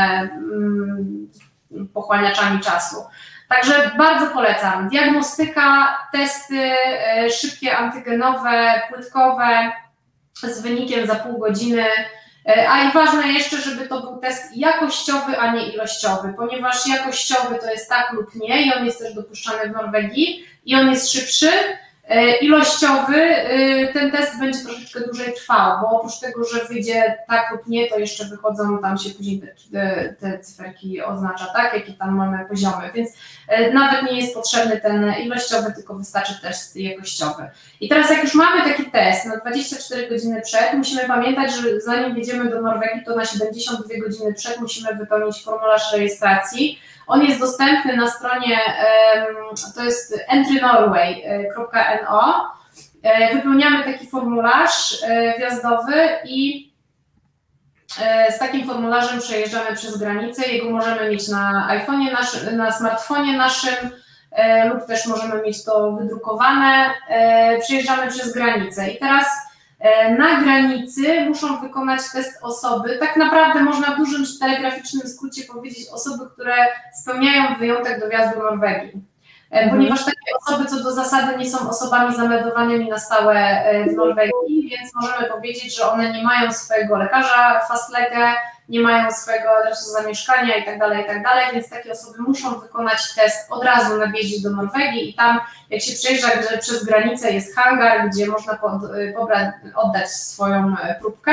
pochłaniaczami czasu. Także bardzo polecam. Diagnostyka, testy szybkie, antygenowe, płytkowe z wynikiem za pół godziny. A i ważne jeszcze, żeby to był test jakościowy, a nie ilościowy, ponieważ jakościowy to jest tak lub nie i on jest też dopuszczany w Norwegii i on jest szybszy. Ilościowy ten test będzie troszeczkę dłużej trwał, bo oprócz tego, że wyjdzie tak lub nie, to jeszcze wychodzą, tam się później te cyferki oznacza, tak, jakie tam mamy poziomy, więc nawet nie jest potrzebny ten ilościowy, tylko wystarczy test jakościowy. I teraz jak już mamy taki test na 24 godziny przed, musimy pamiętać, że zanim jedziemy do Norwegii, to na 72 godziny przed musimy wypełnić formularz rejestracji. On jest dostępny na stronie, to jest entrynorway.no. Wypełniamy taki formularz wjazdowy i z takim formularzem przejeżdżamy przez granicę. Jego możemy mieć na iPhone'ie na smartfonie naszym lub też możemy mieć to wydrukowane. Przejeżdżamy przez granicę i teraz na granicy muszą wykonać test osoby, tak naprawdę można w dużym telegraficznym skrócie powiedzieć osoby, które spełniają wyjątek do wjazdu do Norwegii. Ponieważ takie osoby co do zasady nie są osobami zameldowanymi na stałe w Norwegii, więc możemy powiedzieć, że one nie mają swojego lekarza fastlege, nie mają swojego adresu zamieszkania itd., więc takie osoby muszą wykonać test od razu na wjeździe do Norwegii i tam jak się przejeżdża przez granicę jest hangar, gdzie można oddać swoją próbkę.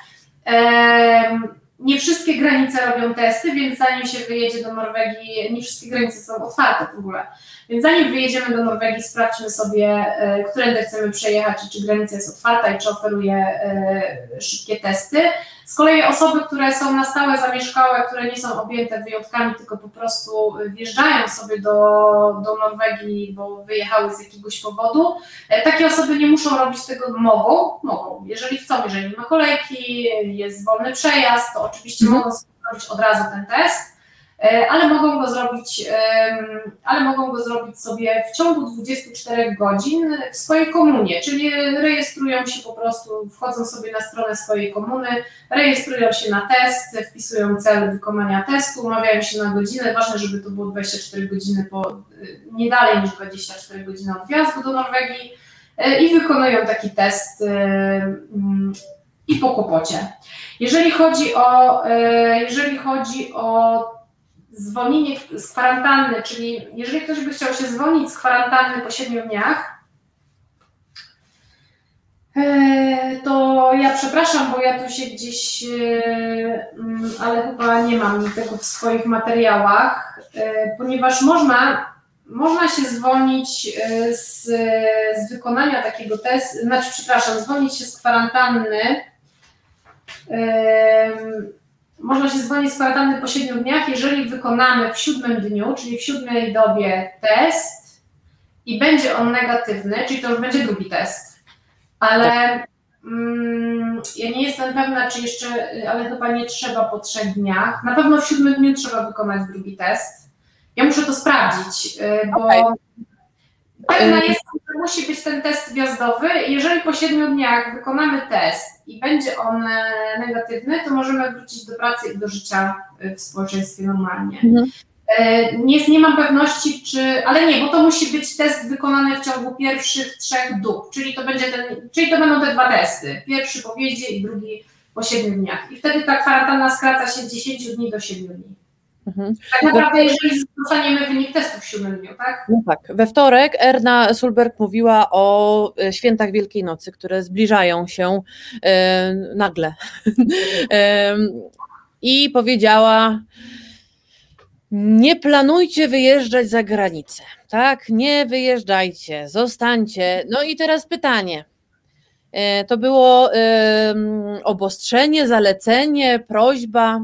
Nie wszystkie granice robią testy, więc zanim się wyjedzie do Norwegii, nie wszystkie granice są otwarte w ogóle. Więc zanim wyjedziemy do Norwegii, sprawdźmy sobie, którędy chcemy przejechać, czy granica jest otwarta i czy oferuje szybkie testy. Z kolei osoby, które są na stałe zamieszkałe, które nie są objęte wyjątkami, tylko po prostu wjeżdżają sobie do Norwegii, bo wyjechały z jakiegoś powodu, takie osoby nie muszą robić tego, mogą, jeżeli chcą, jeżeli nie ma kolejki, jest wolny przejazd, to oczywiście mogą sobie robić od razu ten test, ale mogą go zrobić sobie w ciągu 24 godzin w swojej komunie, czyli rejestrują się po prostu, wchodzą sobie na stronę swojej komuny, rejestrują się na test, wpisują cel wykonania testu, umawiają się na godzinę, ważne, żeby to było 24 godziny, nie dalej niż 24 godziny od wjazdu do Norwegii i wykonują taki test i po kłopocie. Jeżeli chodzi o zwolnienie z kwarantanny, czyli jeżeli ktoś by chciał się zwolnić z kwarantanny po 7 dniach, to ja przepraszam, bo ja tu się gdzieś, ale chyba nie mam tego w swoich materiałach, ponieważ można się zwolnić z wykonania takiego testu, zwolnić się z kwarantanny. Można się zwolnić z kwarantanny po 7 dniach, jeżeli wykonamy w 7 dniu, czyli w 7 dobie test i będzie on negatywny, czyli to już będzie drugi test. Ale ja nie jestem pewna, czy jeszcze, ale chyba nie trzeba po 3 dniach. Na pewno w 7 dniu trzeba wykonać drugi test. Ja muszę to sprawdzić, bo pewna jestem, że musi być ten test wjazdowy. Jeżeli po 7 dniach wykonamy test i będzie on negatywny, to możemy wrócić do pracy i do życia w społeczeństwie normalnie. Nie mam pewności, ale nie, bo to musi być test wykonany w ciągu pierwszych 3 dób, czyli to będą te 2 testy. Pierwszy po wjeździe i drugi po 7 dniach. I wtedy ta kwarantanna skraca się z 10 dni do 7 dni. Tak naprawdę, jeżeli dostaniemy wynik testu w 7 dniu, tak? No tak. We wtorek Erna Sulberg mówiła o świętach Wielkiej Nocy, które zbliżają się nagle. I powiedziała: nie planujcie wyjeżdżać za granicę, tak? Nie wyjeżdżajcie, zostańcie. No i teraz pytanie. To było obostrzenie, zalecenie, prośba?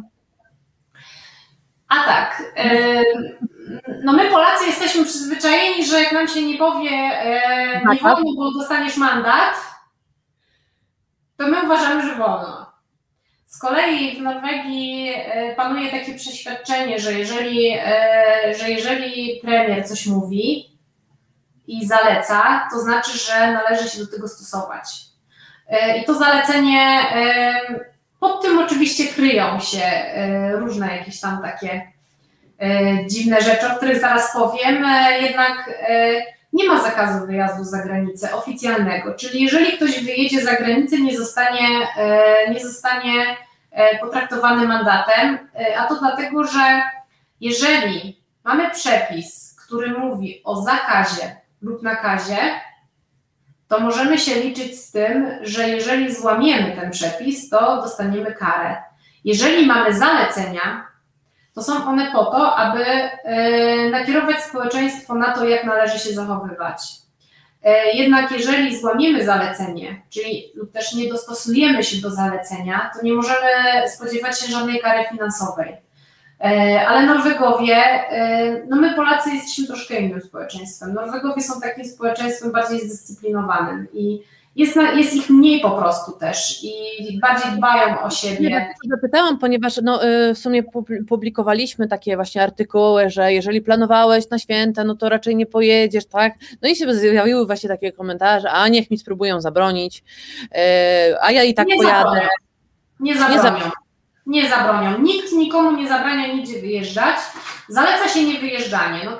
A tak, no my Polacy jesteśmy przyzwyczajeni, że jak nam się nie powie nie wolno, bo dostaniesz mandat, to my uważamy, że wolno. Z kolei w Norwegii panuje takie przeświadczenie, że jeżeli premier coś mówi i zaleca, to znaczy, że należy się do tego stosować. I to zalecenie, pod tym oczywiście kryją się różne jakieś tam takie dziwne rzeczy, o których zaraz powiem, jednak nie ma zakazu wyjazdu za granicę oficjalnego, czyli jeżeli ktoś wyjedzie za granicę, nie zostanie potraktowany mandatem, a to dlatego, że jeżeli mamy przepis, który mówi o zakazie lub nakazie, to możemy się liczyć z tym, że jeżeli złamiemy ten przepis, to dostaniemy karę. Jeżeli mamy zalecenia, to są one po to, aby nakierować społeczeństwo na to, jak należy się zachowywać. Jednak jeżeli złamiemy zalecenie, czyli lub też nie dostosujemy się do zalecenia, to nie możemy spodziewać się żadnej kary finansowej. Ale Norwegowie, no my Polacy jesteśmy troszkę innym społeczeństwem. Norwegowie są takim społeczeństwem bardziej zdyscyplinowanym i jest ich mniej po prostu też i bardziej dbają o siebie. Ja zapytałam, ponieważ w sumie publikowaliśmy takie właśnie artykuły, że jeżeli planowałeś na święta, no to raczej nie pojedziesz, tak? No i się zjawiły właśnie takie komentarze, a niech mi spróbują zabronić, a ja i tak pojadę. Nie zabronią. Nikt nikomu nie zabrania nigdzie wyjeżdżać. Zaleca się niewyjeżdżanie. No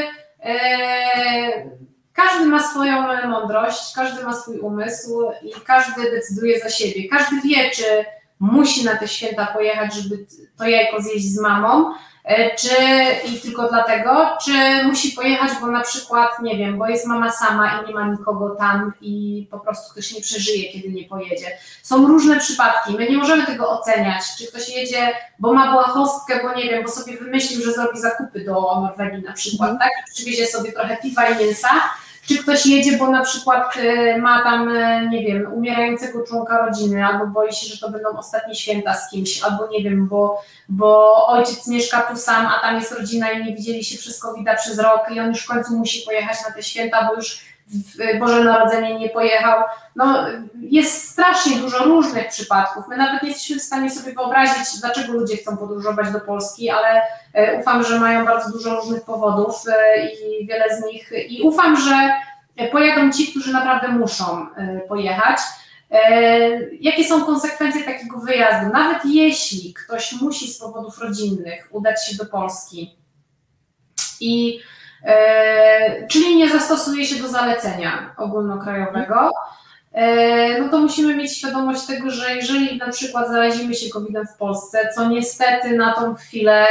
każdy ma swoją mądrość, każdy ma swój umysł i każdy decyduje za siebie. Każdy wie, czy musi na te święta pojechać, żeby to jajko zjeść z mamą, i tylko dlatego, czy musi pojechać, bo na przykład, nie wiem, bo jest mama sama i nie ma nikogo tam i po prostu ktoś nie przeżyje, kiedy nie pojedzie. Są różne przypadki, my nie możemy tego oceniać, czy ktoś jedzie, bo ma błahostkę, bo nie wiem, bo sobie wymyślił, że zrobi zakupy do Norwegii na przykład, tak? Przywiezie sobie trochę piwa i mięsa, czy ktoś jedzie, bo na przykład ma tam, nie wiem, umierającego członka rodziny, albo boi się, że to będą ostatnie święta z kimś, albo nie wiem, bo ojciec mieszka tu sam, a tam jest rodzina i nie widzieli się przez COVID-a przez rok i on już w końcu musi pojechać na te święta, bo już w Boże Narodzenie nie pojechał. No, jest strasznie dużo różnych przypadków. My nawet nie jesteśmy w stanie sobie wyobrazić, dlaczego ludzie chcą podróżować do Polski, ale ufam, że mają bardzo dużo różnych powodów i wiele z nich, i ufam, że pojadą ci, którzy naprawdę muszą pojechać. Jakie są konsekwencje takiego wyjazdu? Nawet jeśli ktoś musi z powodów rodzinnych udać się do Polski czyli nie zastosuje się do zalecenia ogólnokrajowego, no to musimy mieć świadomość tego, że jeżeli na przykład zarazimy się COVID-em w Polsce, co niestety na tą chwilę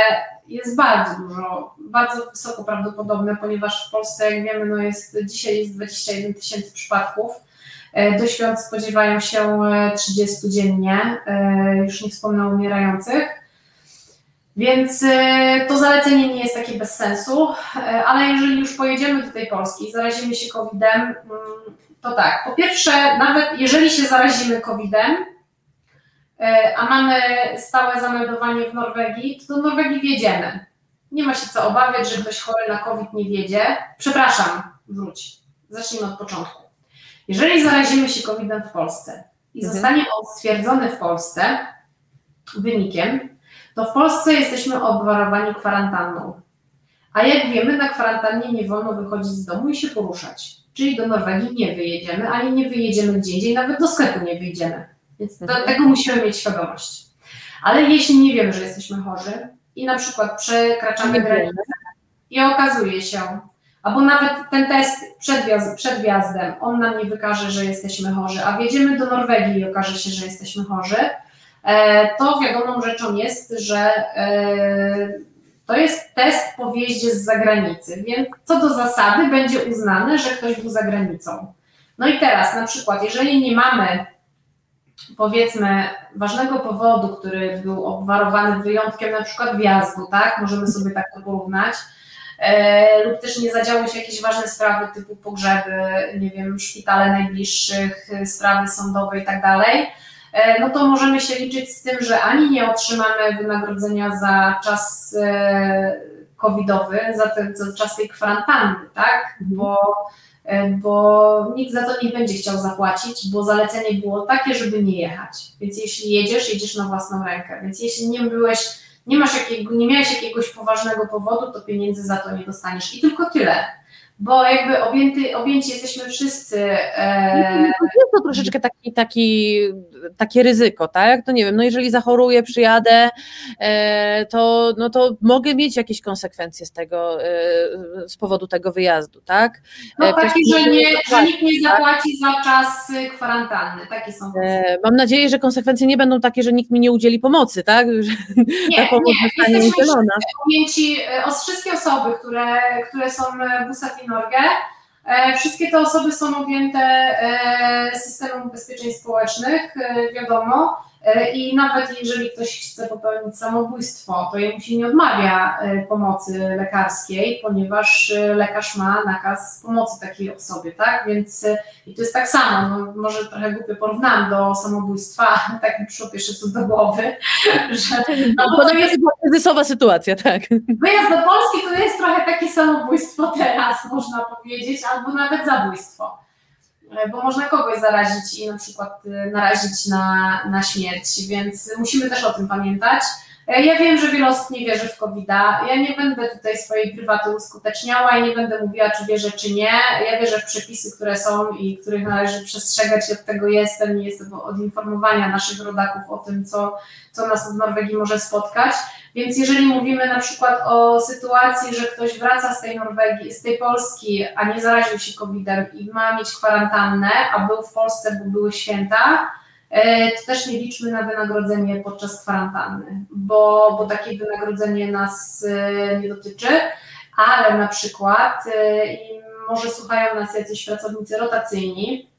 jest bardzo dużo, bardzo wysoko prawdopodobne, ponieważ w Polsce, jak wiemy, dzisiaj jest 21 000 przypadków. Do świąt spodziewają się 30 dziennie, już nie wspomnę o umierających. Więc to zalecenie nie jest takie bez sensu, ale jeżeli już pojedziemy do tej Polski i zarazimy się COVID-em, to tak, po pierwsze, nawet jeżeli się zarazimy COVID-em, a mamy stałe zameldowanie w Norwegii, to do Norwegii wjedziemy. Nie ma się co obawiać, że ktoś chory na COVID nie wjedzie. Przepraszam, zacznijmy od początku. Jeżeli zarazimy się COVID-em w Polsce i zostanie on stwierdzony w Polsce wynikiem, to w Polsce jesteśmy obwarowani kwarantanną. A jak wiemy, na kwarantannie nie wolno wychodzić z domu i się poruszać. Czyli do Norwegii nie wyjedziemy, ani nie wyjedziemy gdzie indziej, nawet do sklepu nie wyjdziemy. Więc tego musimy mieć świadomość. Ale jeśli nie wiemy, że jesteśmy chorzy i na przykład przekraczamy granicę i okazuje się, albo nawet ten test przed wjazdem, on nam nie wykaże, że jesteśmy chorzy, a wjedziemy do Norwegii i okaże się, że jesteśmy chorzy, to wiadomą rzeczą jest, że to jest test po wjeździe z zagranicy, więc co do zasady będzie uznane, że ktoś był za granicą. No i teraz na przykład, jeżeli nie mamy, powiedzmy, ważnego powodu, który był obwarowany wyjątkiem na przykład wjazdu, tak, możemy sobie tak to porównać, lub też nie zadziały się jakieś ważne sprawy typu pogrzeby, nie wiem, szpitale najbliższych, sprawy sądowe i tak dalej, no to możemy się liczyć z tym, że ani nie otrzymamy wynagrodzenia za czas covidowy, za czas tej kwarantanny, tak, bo nikt za to nie będzie chciał zapłacić, bo zalecenie było takie, żeby nie jechać. Więc jeśli jedziesz na własną rękę. Więc jeśli nie miałeś jakiegoś poważnego powodu, to pieniędzy za to nie dostaniesz. I tylko tyle. Bo jakby objęci jesteśmy wszyscy. Jest to troszeczkę takie ryzyko, tak? To nie wiem, no jeżeli zachoruję, przyjadę, to mogę mieć jakieś konsekwencje z powodu tego wyjazdu, tak? No takie, że nikt nie zapłaci za czas kwarantanny, takie są konsekwencje. Mam nadzieję, że konsekwencje nie będą takie, że nikt mi nie udzieli pomocy, tak? Nie, jesteśmy objęci, wszystkie osoby, które są w Bosat i Norge, wszystkie te osoby są objęte systemem ubezpieczeń społecznych, wiadomo, i nawet jeżeli ktoś chce popełnić samobójstwo, to jemu się nie odmawia pomocy lekarskiej, ponieważ lekarz ma nakaz pomocy takiej osobie, tak? Więc i to jest tak samo, no, może trochę głupio porównałam do samobójstwa, tak mi przyszło pierwszy co do głowy, że to jest kryzysowa sytuacja, tak. Wyjazd do Polski to jest trochę takie samobójstwo teraz, można powiedzieć, albo nawet zabójstwo. Bo można kogoś zarazić i na przykład narazić na śmierć, więc musimy też o tym pamiętać. Ja wiem, że wiele osób nie wierzy w COVID-a, ja nie będę tutaj swojej prywaty uskuteczniała i nie będę mówiła, czy wierzę, czy nie. Ja wierzę w przepisy, które są i których należy przestrzegać i od tego jestem od informowania naszych rodaków o tym, co nas w Norwegii może spotkać. Więc jeżeli mówimy na przykład o sytuacji, że ktoś wraca z tej Norwegii, z tej Polski, a nie zaraził się COVID-em i ma mieć kwarantannę, a był w Polsce, bo były święta, to też nie liczmy na wynagrodzenie podczas kwarantanny, bo takie wynagrodzenie nas nie dotyczy, ale na przykład może słuchają nas jacyś pracownicy rotacyjni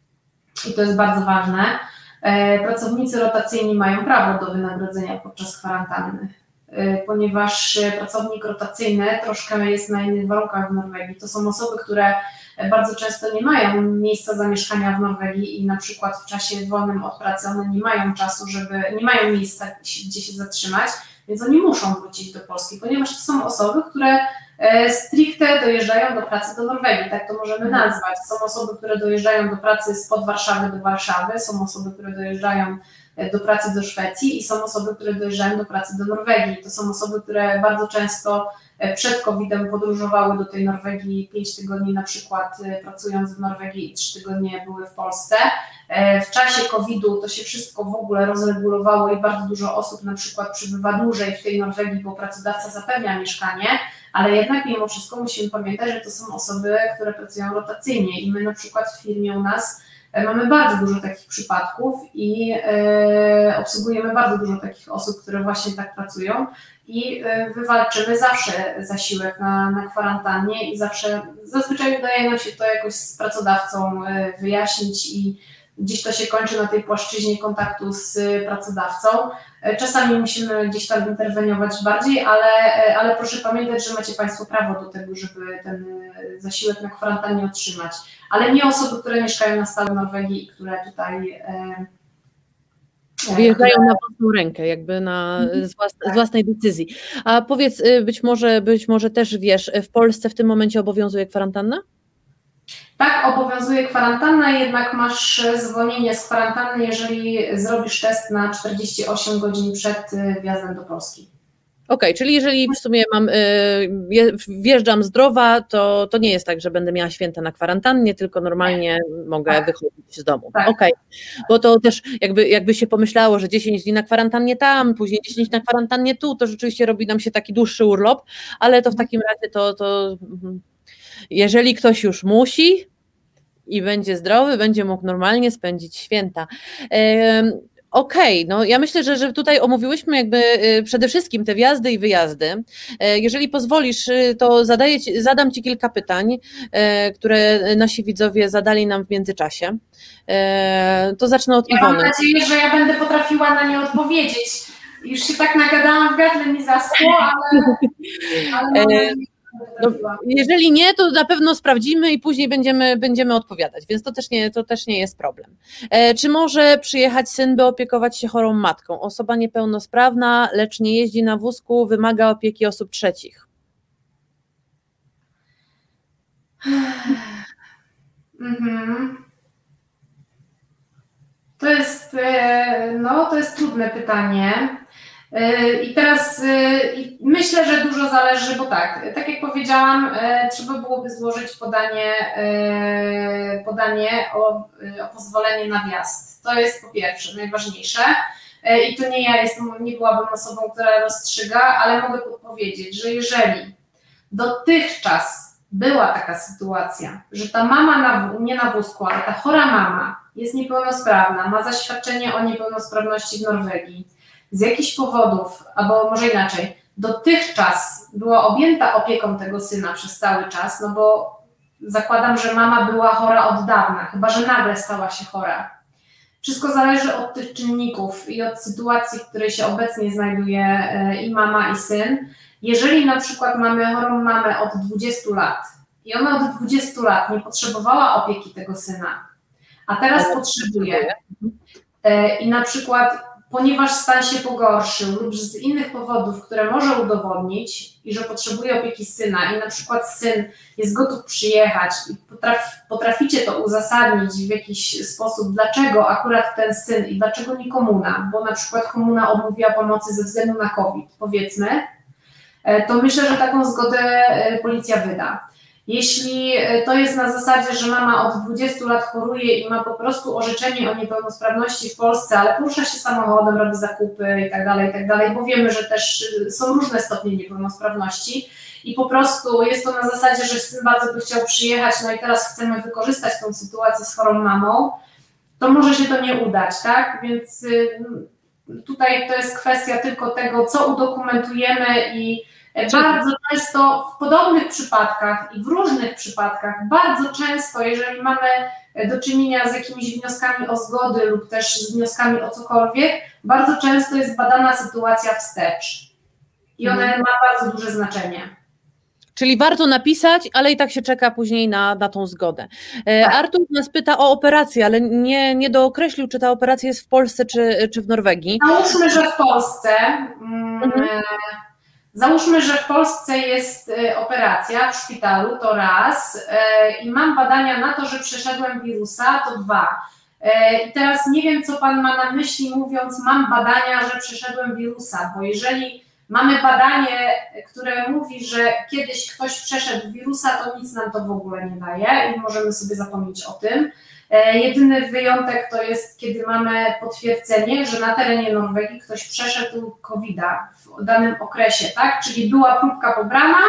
i to jest bardzo ważne, pracownicy rotacyjni mają prawo do wynagrodzenia podczas kwarantanny, ponieważ pracownik rotacyjny troszkę jest na innych warunkach w Norwegii. To są osoby, które bardzo często nie mają miejsca zamieszkania w Norwegii i na przykład w czasie wolnym od pracy one nie mają czasu, nie mają miejsca, gdzie się zatrzymać, więc oni muszą wrócić do Polski, ponieważ to są osoby, które stricte dojeżdżają do pracy do Norwegii, tak to możemy nazwać. Są osoby, które dojeżdżają do pracy spod Warszawy do Warszawy, są osoby, które dojeżdżają do pracy do Szwecji i są osoby, które dojeżdżają do pracy do Norwegii. To są osoby, które bardzo często przed COVID-em podróżowały do tej Norwegii 5 tygodni na przykład pracując w Norwegii i 3 tygodnie były w Polsce. W czasie COVID-u to się wszystko w ogóle rozregulowało i bardzo dużo osób na przykład przybywa dłużej w tej Norwegii, bo pracodawca zapewnia mieszkanie, ale jednak mimo wszystko musimy pamiętać, że to są osoby, które pracują rotacyjnie i my na przykład w firmie u nas mamy bardzo dużo takich przypadków i obsługujemy bardzo dużo takich osób, które właśnie tak pracują i wywalczymy zawsze zasiłek na kwarantannie i zazwyczaj udaje nam się to jakoś z pracodawcą wyjaśnić i gdzieś to się kończy na tej płaszczyźnie kontaktu z pracodawcą. Czasami musimy gdzieś tam interweniować bardziej, ale proszę pamiętać, że macie Państwo prawo do tego, żeby ten zasiłek na kwarantannie otrzymać, ale nie osoby, które mieszkają na stałe w Norwegii i które tutaj wyjeżdżają na własną rękę, jakby z własnej decyzji. A powiedz, być może też wiesz, w Polsce w tym momencie obowiązuje kwarantanna? Tak, obowiązuje kwarantanna, jednak masz zwolnienie z kwarantanny, jeżeli zrobisz test na 48 godzin przed wjazdem do Polski. Okej, czyli jeżeli w sumie wjeżdżam zdrowa, to nie jest tak, że będę miała święta na kwarantannie, tylko normalnie mogę wychodzić z domu. Tak. Okej, bo to też jakby się pomyślało, że 10 dni na kwarantannie tam, później 10 na kwarantannie tu, to rzeczywiście robi nam się taki dłuższy urlop, ale to w takim razie to jeżeli ktoś już musi i będzie zdrowy, będzie mógł normalnie spędzić święta. Okej, no ja myślę, że tutaj omówiłyśmy jakby przede wszystkim te wjazdy i wyjazdy. Jeżeli pozwolisz, to zadam Ci kilka pytań, które nasi widzowie zadali nam w międzyczasie. To zacznę od Iwony. Mam nadzieję, że ja będę potrafiła na nie odpowiedzieć. Już się tak nagadałam, w gardle mi zaschło, ale no, jeżeli nie, to na pewno sprawdzimy i później będziemy odpowiadać, więc to też nie jest problem. Czy może przyjechać syn, by opiekować się chorą matką? Osoba niepełnosprawna, lecz nie jeździ na wózku, wymaga opieki osób trzecich. To jest trudne pytanie. I teraz myślę, że dużo zależy, bo tak jak powiedziałam, trzeba byłoby złożyć podanie o pozwolenie na wjazd. To jest po pierwsze najważniejsze. I to nie ja nie byłabym osobą, która rozstrzyga, ale mogę podpowiedzieć, że jeżeli dotychczas była taka sytuacja, że ta mama nie na wózku, ale ta chora mama jest niepełnosprawna, ma zaświadczenie o niepełnosprawności w Norwegii, z jakichś powodów, albo może inaczej, dotychczas była objęta opieką tego syna przez cały czas, no bo zakładam, że mama była chora od dawna, chyba że nagle stała się chora. Wszystko zależy od tych czynników i od sytuacji, w której się obecnie znajduje i mama, i syn. Jeżeli na przykład mamy chorą mamę od 20 lat i ona od 20 lat nie potrzebowała opieki tego syna, a teraz potrzebuje i na przykład ponieważ stan się pogorszył lub z innych powodów, które może udowodnić i że potrzebuje opieki syna i na przykład syn jest gotów przyjechać i potraficie to uzasadnić w jakiś sposób, dlaczego akurat ten syn i dlaczego nie komuna, bo na przykład komuna odmówiła pomocy ze względu na COVID, powiedzmy, to myślę, że taką zgodę policja wyda. Jeśli to jest na zasadzie, że mama od 20 lat choruje i ma po prostu orzeczenie o niepełnosprawności w Polsce, ale porusza się samochodem, robi zakupy i tak dalej, bo wiemy, że też są różne stopnie niepełnosprawności i po prostu jest to na zasadzie, że syn bardzo by chciał przyjechać, no i teraz chcemy wykorzystać tą sytuację z chorą mamą, to może się to nie udać, tak? Więc tutaj to jest kwestia tylko tego, co udokumentujemy i bardzo często w podobnych przypadkach i w różnych przypadkach, bardzo często, jeżeli mamy do czynienia z jakimiś wnioskami o zgody lub też z wnioskami o cokolwiek, bardzo często jest badana sytuacja wstecz i ona ma bardzo duże znaczenie. Czyli warto napisać, ale i tak się czeka później na tą zgodę. Tak. Artur nas pyta o operację, ale nie dookreślił, czy ta operacja jest w Polsce, czy w Norwegii. Załóżmy, że w Polsce. Załóżmy, że w Polsce jest operacja w szpitalu, to raz, i mam badania na to, że przeszedłem wirusa, to dwa. I teraz nie wiem, co Pan ma na myśli, mówiąc, mam badania, że przeszedłem wirusa, bo jeżeli mamy badanie, które mówi, że kiedyś ktoś przeszedł wirusa, to nic nam to w ogóle nie daje i możemy sobie zapomnieć o tym. Jedyny wyjątek to jest, kiedy mamy potwierdzenie, że na terenie Norwegii ktoś przeszedł COVID-a w danym okresie, tak? Czyli była próbka pobrana,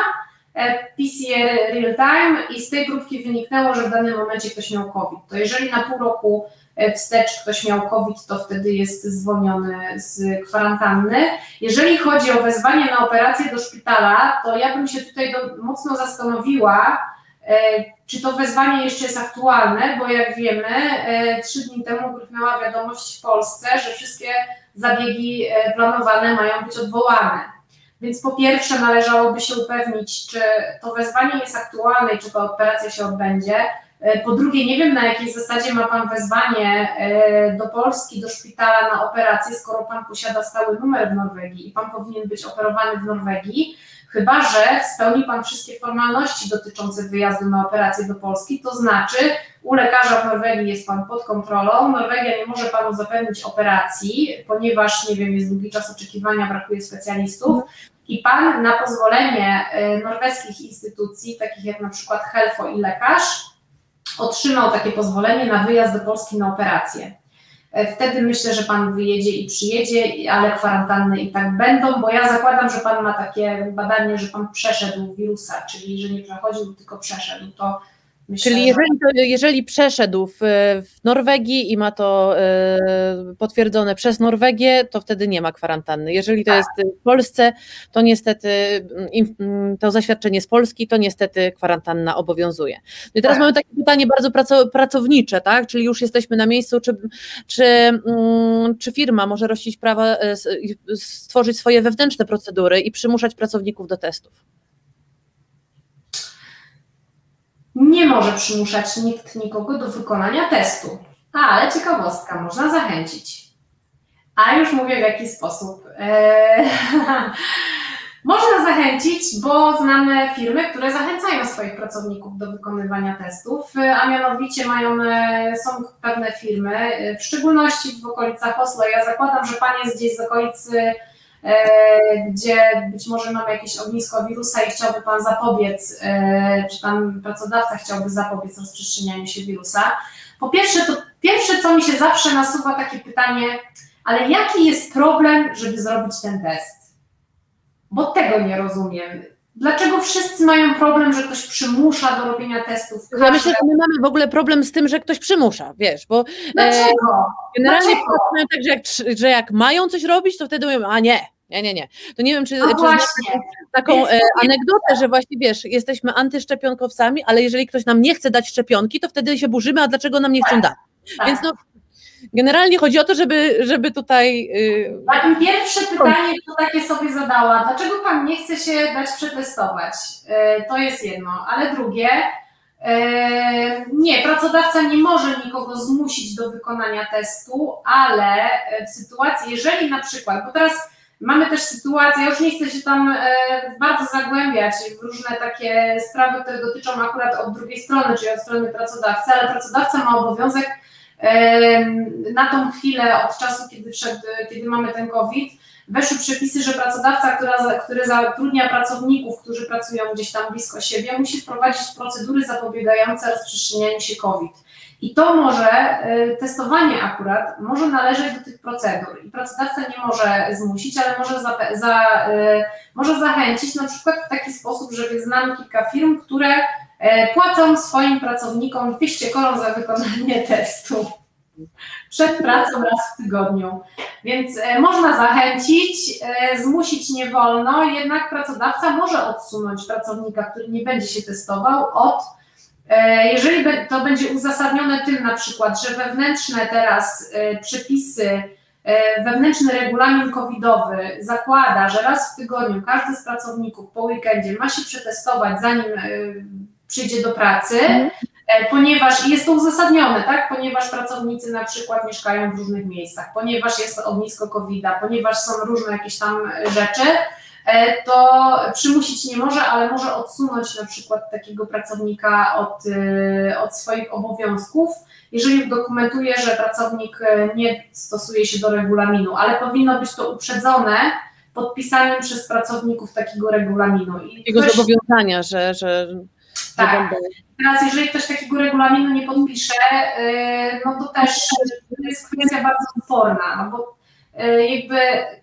PCR real time i z tej próbki wyniknęło, że w danym momencie ktoś miał COVID. To jeżeli na pół roku wstecz ktoś miał COVID, to wtedy jest zwolniony z kwarantanny. Jeżeli chodzi o wezwanie na operację do szpitala, to ja bym się tutaj mocno zastanowiła, czy to wezwanie jeszcze jest aktualne, bo jak wiemy, 3 dni temu gruchnęła wiadomość w Polsce, że wszystkie zabiegi planowane mają być odwołane. Więc po pierwsze należałoby się upewnić, czy to wezwanie jest aktualne i czy ta operacja się odbędzie. Po drugie, nie wiem, na jakiej zasadzie ma Pan wezwanie do Polski, do szpitala na operację, skoro Pan posiada stały numer w Norwegii i Pan powinien być operowany w Norwegii, chyba że spełni Pan wszystkie formalności dotyczące wyjazdu na operację do Polski, to znaczy u lekarza w Norwegii jest Pan pod kontrolą, Norwegia nie może Panu zapewnić operacji, ponieważ, nie wiem, jest długi czas oczekiwania, brakuje specjalistów i Pan na pozwolenie norweskich instytucji, takich jak na przykład Helfo i lekarz, otrzymał takie pozwolenie na wyjazd do Polski na operację. Wtedy myślę, że Pan wyjedzie i przyjedzie, ale kwarantanny i tak będą, bo ja zakładam, że Pan ma takie badanie, że Pan przeszedł wirusa, czyli że nie przechodził, tylko przeszedł. To myślę, czyli jeżeli przeszedł w Norwegii i ma to potwierdzone przez Norwegię, to wtedy nie ma kwarantanny. Jeżeli to jest w Polsce, to niestety to zaświadczenie z Polski, to niestety kwarantanna obowiązuje. No i teraz mamy takie pytanie bardzo pracownicze, tak? Czyli już jesteśmy na miejscu, czy firma może rościć prawa, stworzyć swoje wewnętrzne procedury i przymuszać pracowników do testów? Nie może przymuszać nikt nikogo do wykonania testu, ale ciekawostka, można zachęcić. A już mówię w jaki sposób. Można zachęcić, bo znamy firmy, które zachęcają swoich pracowników do wykonywania testów, a mianowicie są pewne firmy, w szczególności w okolicach Oslo. Ja zakładam, że Pan jest gdzieś z okolicy, gdzie być może mamy jakieś ognisko wirusa i chciałby Pan zapobiec, czy tam pracodawca chciałby zapobiec rozprzestrzenianiu się wirusa. Po pierwsze, to pierwsze, co mi się zawsze nasuwa, takie pytanie, ale jaki jest problem, żeby zrobić ten test? Bo tego nie rozumiem. Dlaczego wszyscy mają problem, że ktoś przymusza do robienia testów? Ja myślę, że my mamy w ogóle problem z tym, że ktoś przymusza, wiesz, bo Dlaczego? generalnie mają tak, że jak mają coś robić, to wtedy mówią, a nie. To nie wiem, czy znasz taką anegdotę, że właśnie wiesz, jesteśmy antyszczepionkowcami, ale jeżeli ktoś nam nie chce dać szczepionki, to wtedy się burzymy, a dlaczego nam nie chcą dać? Tak. Więc no, generalnie chodzi o to, żeby tutaj... Pierwsze pytanie, to takie sobie zadała, dlaczego Pan nie chce się dać przetestować? To jest jedno, ale drugie, nie, pracodawca nie może nikogo zmusić do wykonania testu, ale w sytuacji, jeżeli na przykład, bo teraz mamy też sytuację, ja już nie chcę się tam bardzo zagłębiać w różne takie sprawy, które dotyczą akurat od drugiej strony, czyli od strony pracodawcy, ale pracodawca ma obowiązek na tą chwilę od czasu, kiedy mamy ten COVID, weszły przepisy, że pracodawca, który zatrudnia pracowników, którzy pracują gdzieś tam blisko siebie, musi wprowadzić procedury zapobiegające rozprzestrzenianiu się COVID. I to testowanie akurat może należeć do tych procedur i pracodawca nie może zmusić, ale może zachęcić na przykład w taki sposób, że znam kilka firm, które płacą swoim pracownikom 200 koron za wykonanie testu przed pracą raz w tygodniu. Więc można zachęcić, zmusić nie wolno, jednak pracodawca może odsunąć pracownika, który nie będzie się testował jeżeli to będzie uzasadnione tym na przykład, że wewnętrzne teraz przepisy, wewnętrzny regulamin covidowy zakłada, że raz w tygodniu każdy z pracowników po weekendzie ma się przetestować, zanim przyjdzie do pracy, ponieważ jest to uzasadnione, tak? Ponieważ pracownicy na przykład mieszkają w różnych miejscach, ponieważ jest ognisko COVID-a, ponieważ są różne jakieś tam rzeczy, to przymusić nie może, ale może odsunąć na przykład takiego pracownika od swoich obowiązków, jeżeli dokumentuje, że pracownik nie stosuje się do regulaminu, ale powinno być to uprzedzone podpisaniem przez pracowników takiego regulaminu. Takiego zobowiązania, że tak. Teraz jeżeli ktoś takiego regulaminu nie podpisze, no to też jest kwestia bardzo sporna, no bo jakby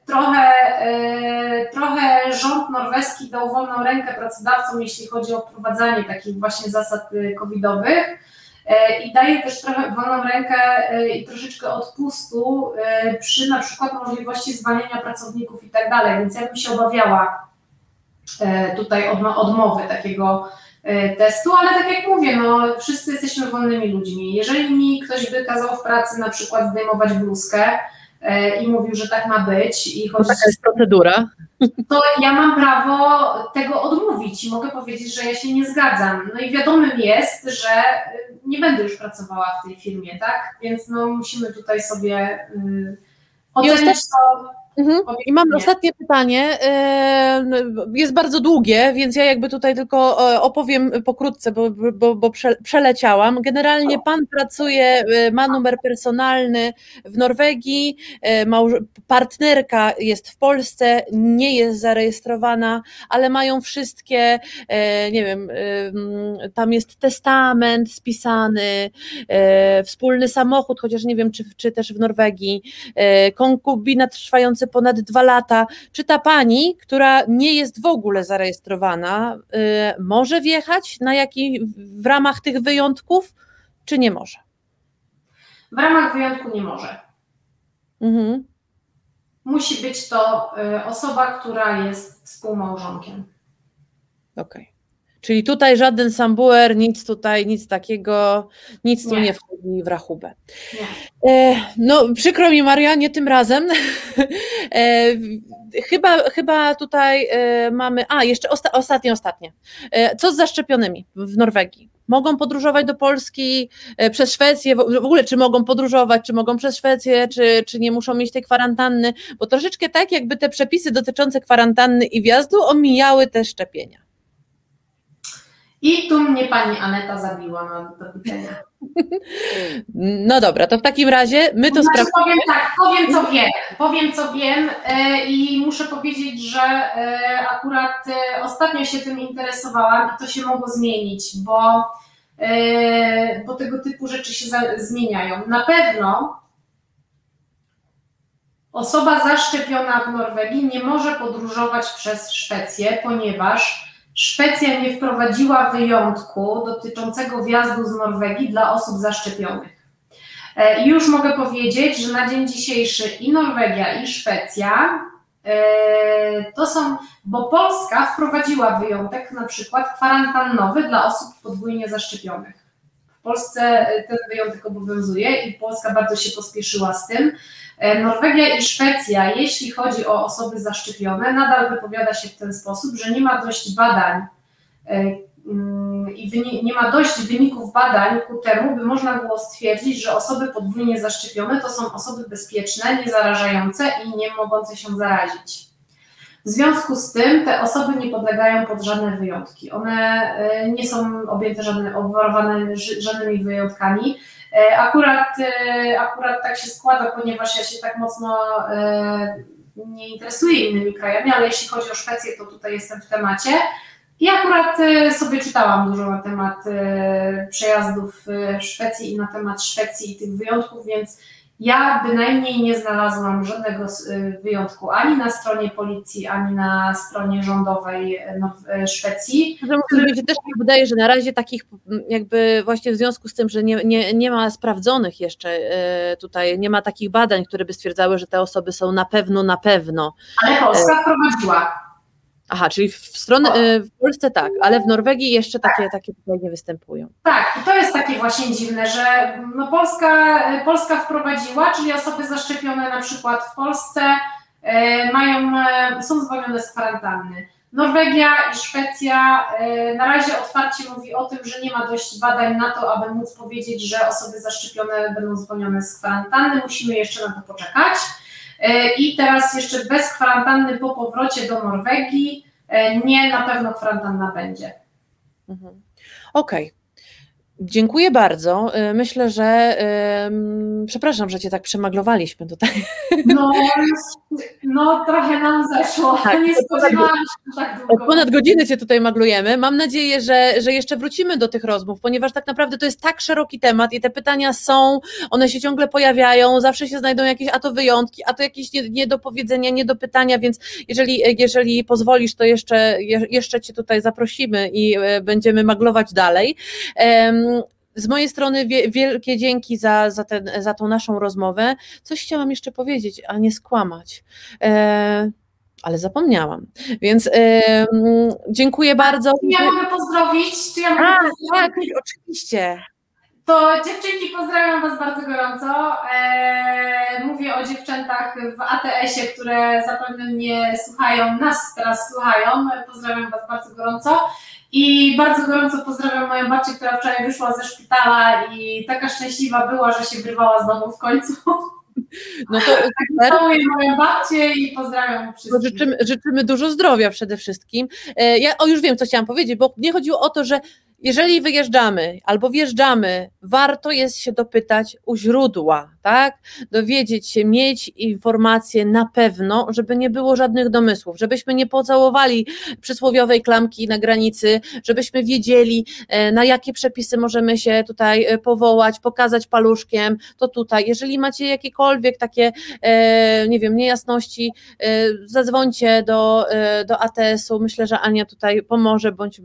trochę rząd norweski dał wolną rękę pracodawcom, jeśli chodzi o wprowadzanie takich właśnie zasad covidowych i daje też trochę wolną rękę i troszeczkę odpustu przy na przykład możliwości zwalniania pracowników i tak dalej, więc ja bym się obawiała tutaj odmowy takiego testu, ale tak jak mówię, no wszyscy jesteśmy wolnymi ludźmi. Jeżeli mi ktoś by kazał w pracy na przykład zdejmować bluzkę i mówił, że tak ma być i chodzić, taka jest procedura, to ja mam prawo tego odmówić i mogę powiedzieć, że ja się nie zgadzam. No i wiadomym jest, że nie będę już pracowała w tej firmie, tak? Więc no musimy tutaj sobie ocenić to. I mam ostatnie pytanie, jest bardzo długie, więc ja jakby tutaj tylko opowiem pokrótce, bo przeleciałam. Generalnie pan pracuje, ma numer personalny w Norwegii, partnerka jest w Polsce, nie jest zarejestrowana, ale mają wszystkie, nie wiem, tam jest testament spisany, wspólny samochód, chociaż nie wiem, czy też w Norwegii, konkubinat trwający ponad 2 lata. Czy ta pani, która nie jest w ogóle zarejestrowana, może wjechać w ramach tych wyjątków, czy nie może? W ramach wyjątku nie może. Musi być to osoba, która jest współmałżonkiem. Okej. Czyli tutaj żaden sambuer, nic takiego, nic tu nie wchodzi w rachubę. No przykro mi, Maria, nie tym razem. Chyba tutaj mamy, jeszcze ostatnie. Co z zaszczepionymi w Norwegii? Mogą podróżować do Polski przez Szwecję, w ogóle czy mogą podróżować, czy mogą przez Szwecję, czy nie muszą mieć tej kwarantanny, bo troszeczkę tak jakby te przepisy dotyczące kwarantanny i wjazdu omijały te szczepienia. I tu mnie pani Aneta zabiła do pytania. No dobra, to w takim razie my to sprawdzimy. Powiem co wiem i muszę powiedzieć, że akurat ostatnio się tym interesowałam i to się mogło zmienić, bo tego typu rzeczy się zmieniają. Na pewno osoba zaszczepiona w Norwegii nie może podróżować przez Szwecję, ponieważ Szwecja nie wprowadziła wyjątku dotyczącego wjazdu z Norwegii dla osób zaszczepionych. I już mogę powiedzieć, że na dzień dzisiejszy i Norwegia, i Szwecja to są, bo Polska wprowadziła wyjątek na przykład kwarantannowy dla osób podwójnie zaszczepionych. W Polsce ten wyjątek obowiązuje i Polska bardzo się pospieszyła z tym. Norwegia i Szwecja, jeśli chodzi o osoby zaszczepione, nadal wypowiada się w ten sposób, że nie ma dość badań i nie ma dość wyników badań ku temu, by można było stwierdzić, że osoby podwójnie zaszczepione to są osoby bezpieczne, niezarażające i nie mogące się zarazić. W związku z tym te osoby nie podlegają pod żadne wyjątki. One nie są objęte obwarowane żadnymi wyjątkami. Akurat tak się składa, ponieważ ja się tak mocno nie interesuję innymi krajami, ale jeśli chodzi o Szwecję, to tutaj jestem w temacie. I akurat sobie czytałam dużo na temat przejazdów w Szwecji i na temat Szwecji i tych wyjątków, więc ja bynajmniej nie znalazłam żadnego wyjątku ani na stronie policji, ani na stronie rządowej Szwecji. Mi się też wydaje, że na razie takich jakby właśnie w związku z tym, że nie ma sprawdzonych jeszcze tutaj, nie ma takich badań, które by stwierdzały, że te osoby są na pewno. Ale Polska wprowadziła. Aha, czyli w Polsce tak, ale w Norwegii jeszcze takie tutaj nie występują. Tak, i to jest takie właśnie dziwne, że no Polska wprowadziła, czyli osoby zaszczepione na przykład w Polsce są zwolnione z kwarantanny. Norwegia i Szwecja na razie otwarcie mówi o tym, że nie ma dość badań na to, aby móc powiedzieć, że osoby zaszczepione będą zwolnione z kwarantanny. Musimy jeszcze na to poczekać. I teraz jeszcze bez kwarantanny po powrocie do Norwegii na pewno kwarantanna będzie. Okej. Dziękuję bardzo. Myślę, że przepraszam, że Cię tak przemaglowaliśmy tutaj. No trochę nam zeszło. Tak, nie spodziewałam się, że tak długo. Od ponad godzinę Cię tutaj maglujemy. Mam nadzieję, że jeszcze wrócimy do tych rozmów, ponieważ tak naprawdę to jest tak szeroki temat i te pytania są, one się ciągle pojawiają, zawsze się znajdą jakieś, a to wyjątki, a to jakieś niedopowiedzenia, niedopytania, więc jeżeli pozwolisz, to jeszcze Cię tutaj zaprosimy i będziemy maglować dalej. Z mojej strony wielkie dzięki za tą naszą rozmowę. Coś chciałam jeszcze powiedzieć, a nie skłamać. Ale zapomniałam, więc dziękuję bardzo. Czy ja mogę pozdrowić? Tak, oczywiście. To dziewczynki, pozdrawiam Was bardzo gorąco. Mówię o dziewczętach w ATS-ie, które zapewne mnie słuchają, nas teraz słuchają. Pozdrawiam Was bardzo gorąco. I bardzo gorąco pozdrawiam moją babcię, która wczoraj wyszła ze szpitala i taka szczęśliwa była, że się wyrwała z domu w końcu. No to całuję moją babcię i pozdrawiam wszystkich. Życzymy dużo zdrowia przede wszystkim. Ja już wiem, co chciałam powiedzieć, bo nie chodziło o to, że jeżeli wyjeżdżamy albo wjeżdżamy, warto jest się dopytać u źródła, tak? Dowiedzieć się, mieć informacje na pewno, żeby nie było żadnych domysłów, żebyśmy nie pocałowali przysłowiowej klamki na granicy, żebyśmy wiedzieli, na jakie przepisy możemy się tutaj powołać, pokazać paluszkiem, to tutaj. Jeżeli macie jakiekolwiek takie, nie wiem, niejasności, zadzwońcie do ATS-u, myślę, że Ania tutaj pomoże, bądź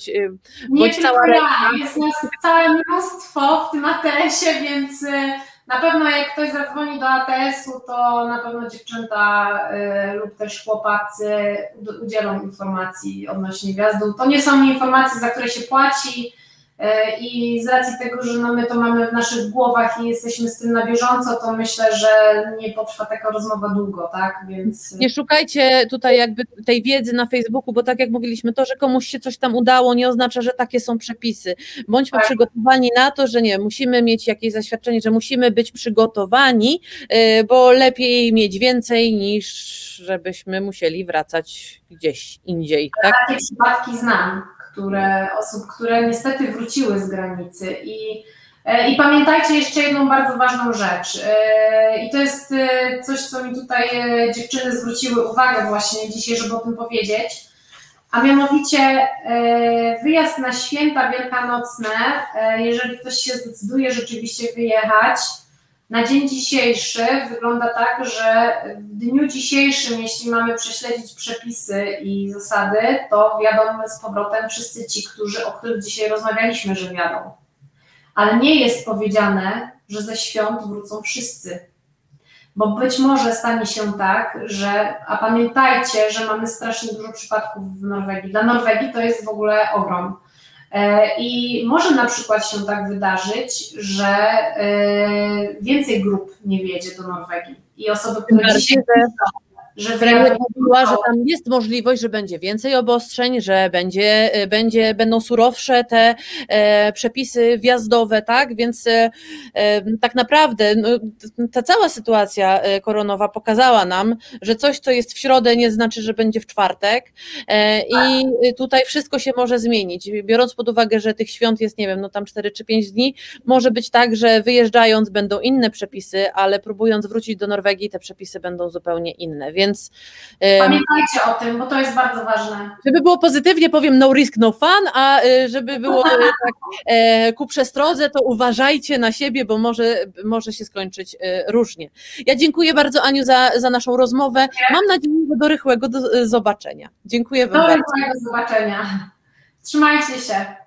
cała jest nas całe mnóstwo w tym ATS-ie, więc na pewno jak ktoś zadzwoni do ATS-u, to na pewno dziewczęta lub też chłopacy udzielą informacji odnośnie wjazdu. To nie są informacje, za które się płaci i z racji tego, że my to mamy w naszych głowach i jesteśmy z tym na bieżąco, to myślę, że nie potrwa taka rozmowa długo, tak? Więc nie szukajcie tutaj jakby tej wiedzy na Facebooku, bo tak jak mówiliśmy, to, że komuś się coś tam udało, nie oznacza, że takie są przepisy. Bądźmy przygotowani na to, że nie, musimy mieć jakieś zaświadczenie, że musimy być przygotowani, bo lepiej mieć więcej niż żebyśmy musieli wracać gdzieś indziej. Tak? Takie przypadki znam. Osób, które niestety wróciły z granicy i pamiętajcie jeszcze jedną bardzo ważną rzecz i to jest coś, co mi tutaj dziewczyny zwróciły uwagę właśnie dzisiaj, żeby o tym powiedzieć, a mianowicie wyjazd na święta wielkanocne, jeżeli ktoś się zdecyduje rzeczywiście wyjechać, na dzień dzisiejszy wygląda tak, że w dniu dzisiejszym, jeśli mamy prześledzić przepisy i zasady, to wjadą z powrotem wszyscy ci, o których dzisiaj rozmawialiśmy, że wjadą. Ale nie jest powiedziane, że ze świąt wrócą wszyscy. Bo być może stanie się tak, a pamiętajcie, że mamy strasznie dużo przypadków w Norwegii. Dla Norwegii to jest w ogóle ogrom. I może na przykład się tak wydarzyć, że więcej grup nie wjedzie do Norwegii i osoby, które dzisiaj mówiła, że tam jest możliwość, że będzie więcej obostrzeń, że będą surowsze te przepisy wjazdowe, tak? Więc tak naprawdę ta cała sytuacja koronowa pokazała nam, że coś, co jest w środę, nie znaczy, że będzie w czwartek i tutaj wszystko się może zmienić. Biorąc pod uwagę, że tych świąt jest, nie wiem, tam 4 czy 5 dni, może być tak, że wyjeżdżając będą inne przepisy, ale próbując wrócić do Norwegii, te przepisy będą zupełnie inne. Więc pamiętajcie o tym, bo to jest bardzo ważne. Żeby było pozytywnie, powiem no risk, no fun, a żeby było tak ku przestrodze, to uważajcie na siebie, bo może się skończyć różnie. Ja dziękuję bardzo, Aniu, za naszą rozmowę. Mam nadzieję, że do rychłego zobaczenia. Dziękuję Wam bardzo. Do rychłego zobaczenia. Trzymajcie się.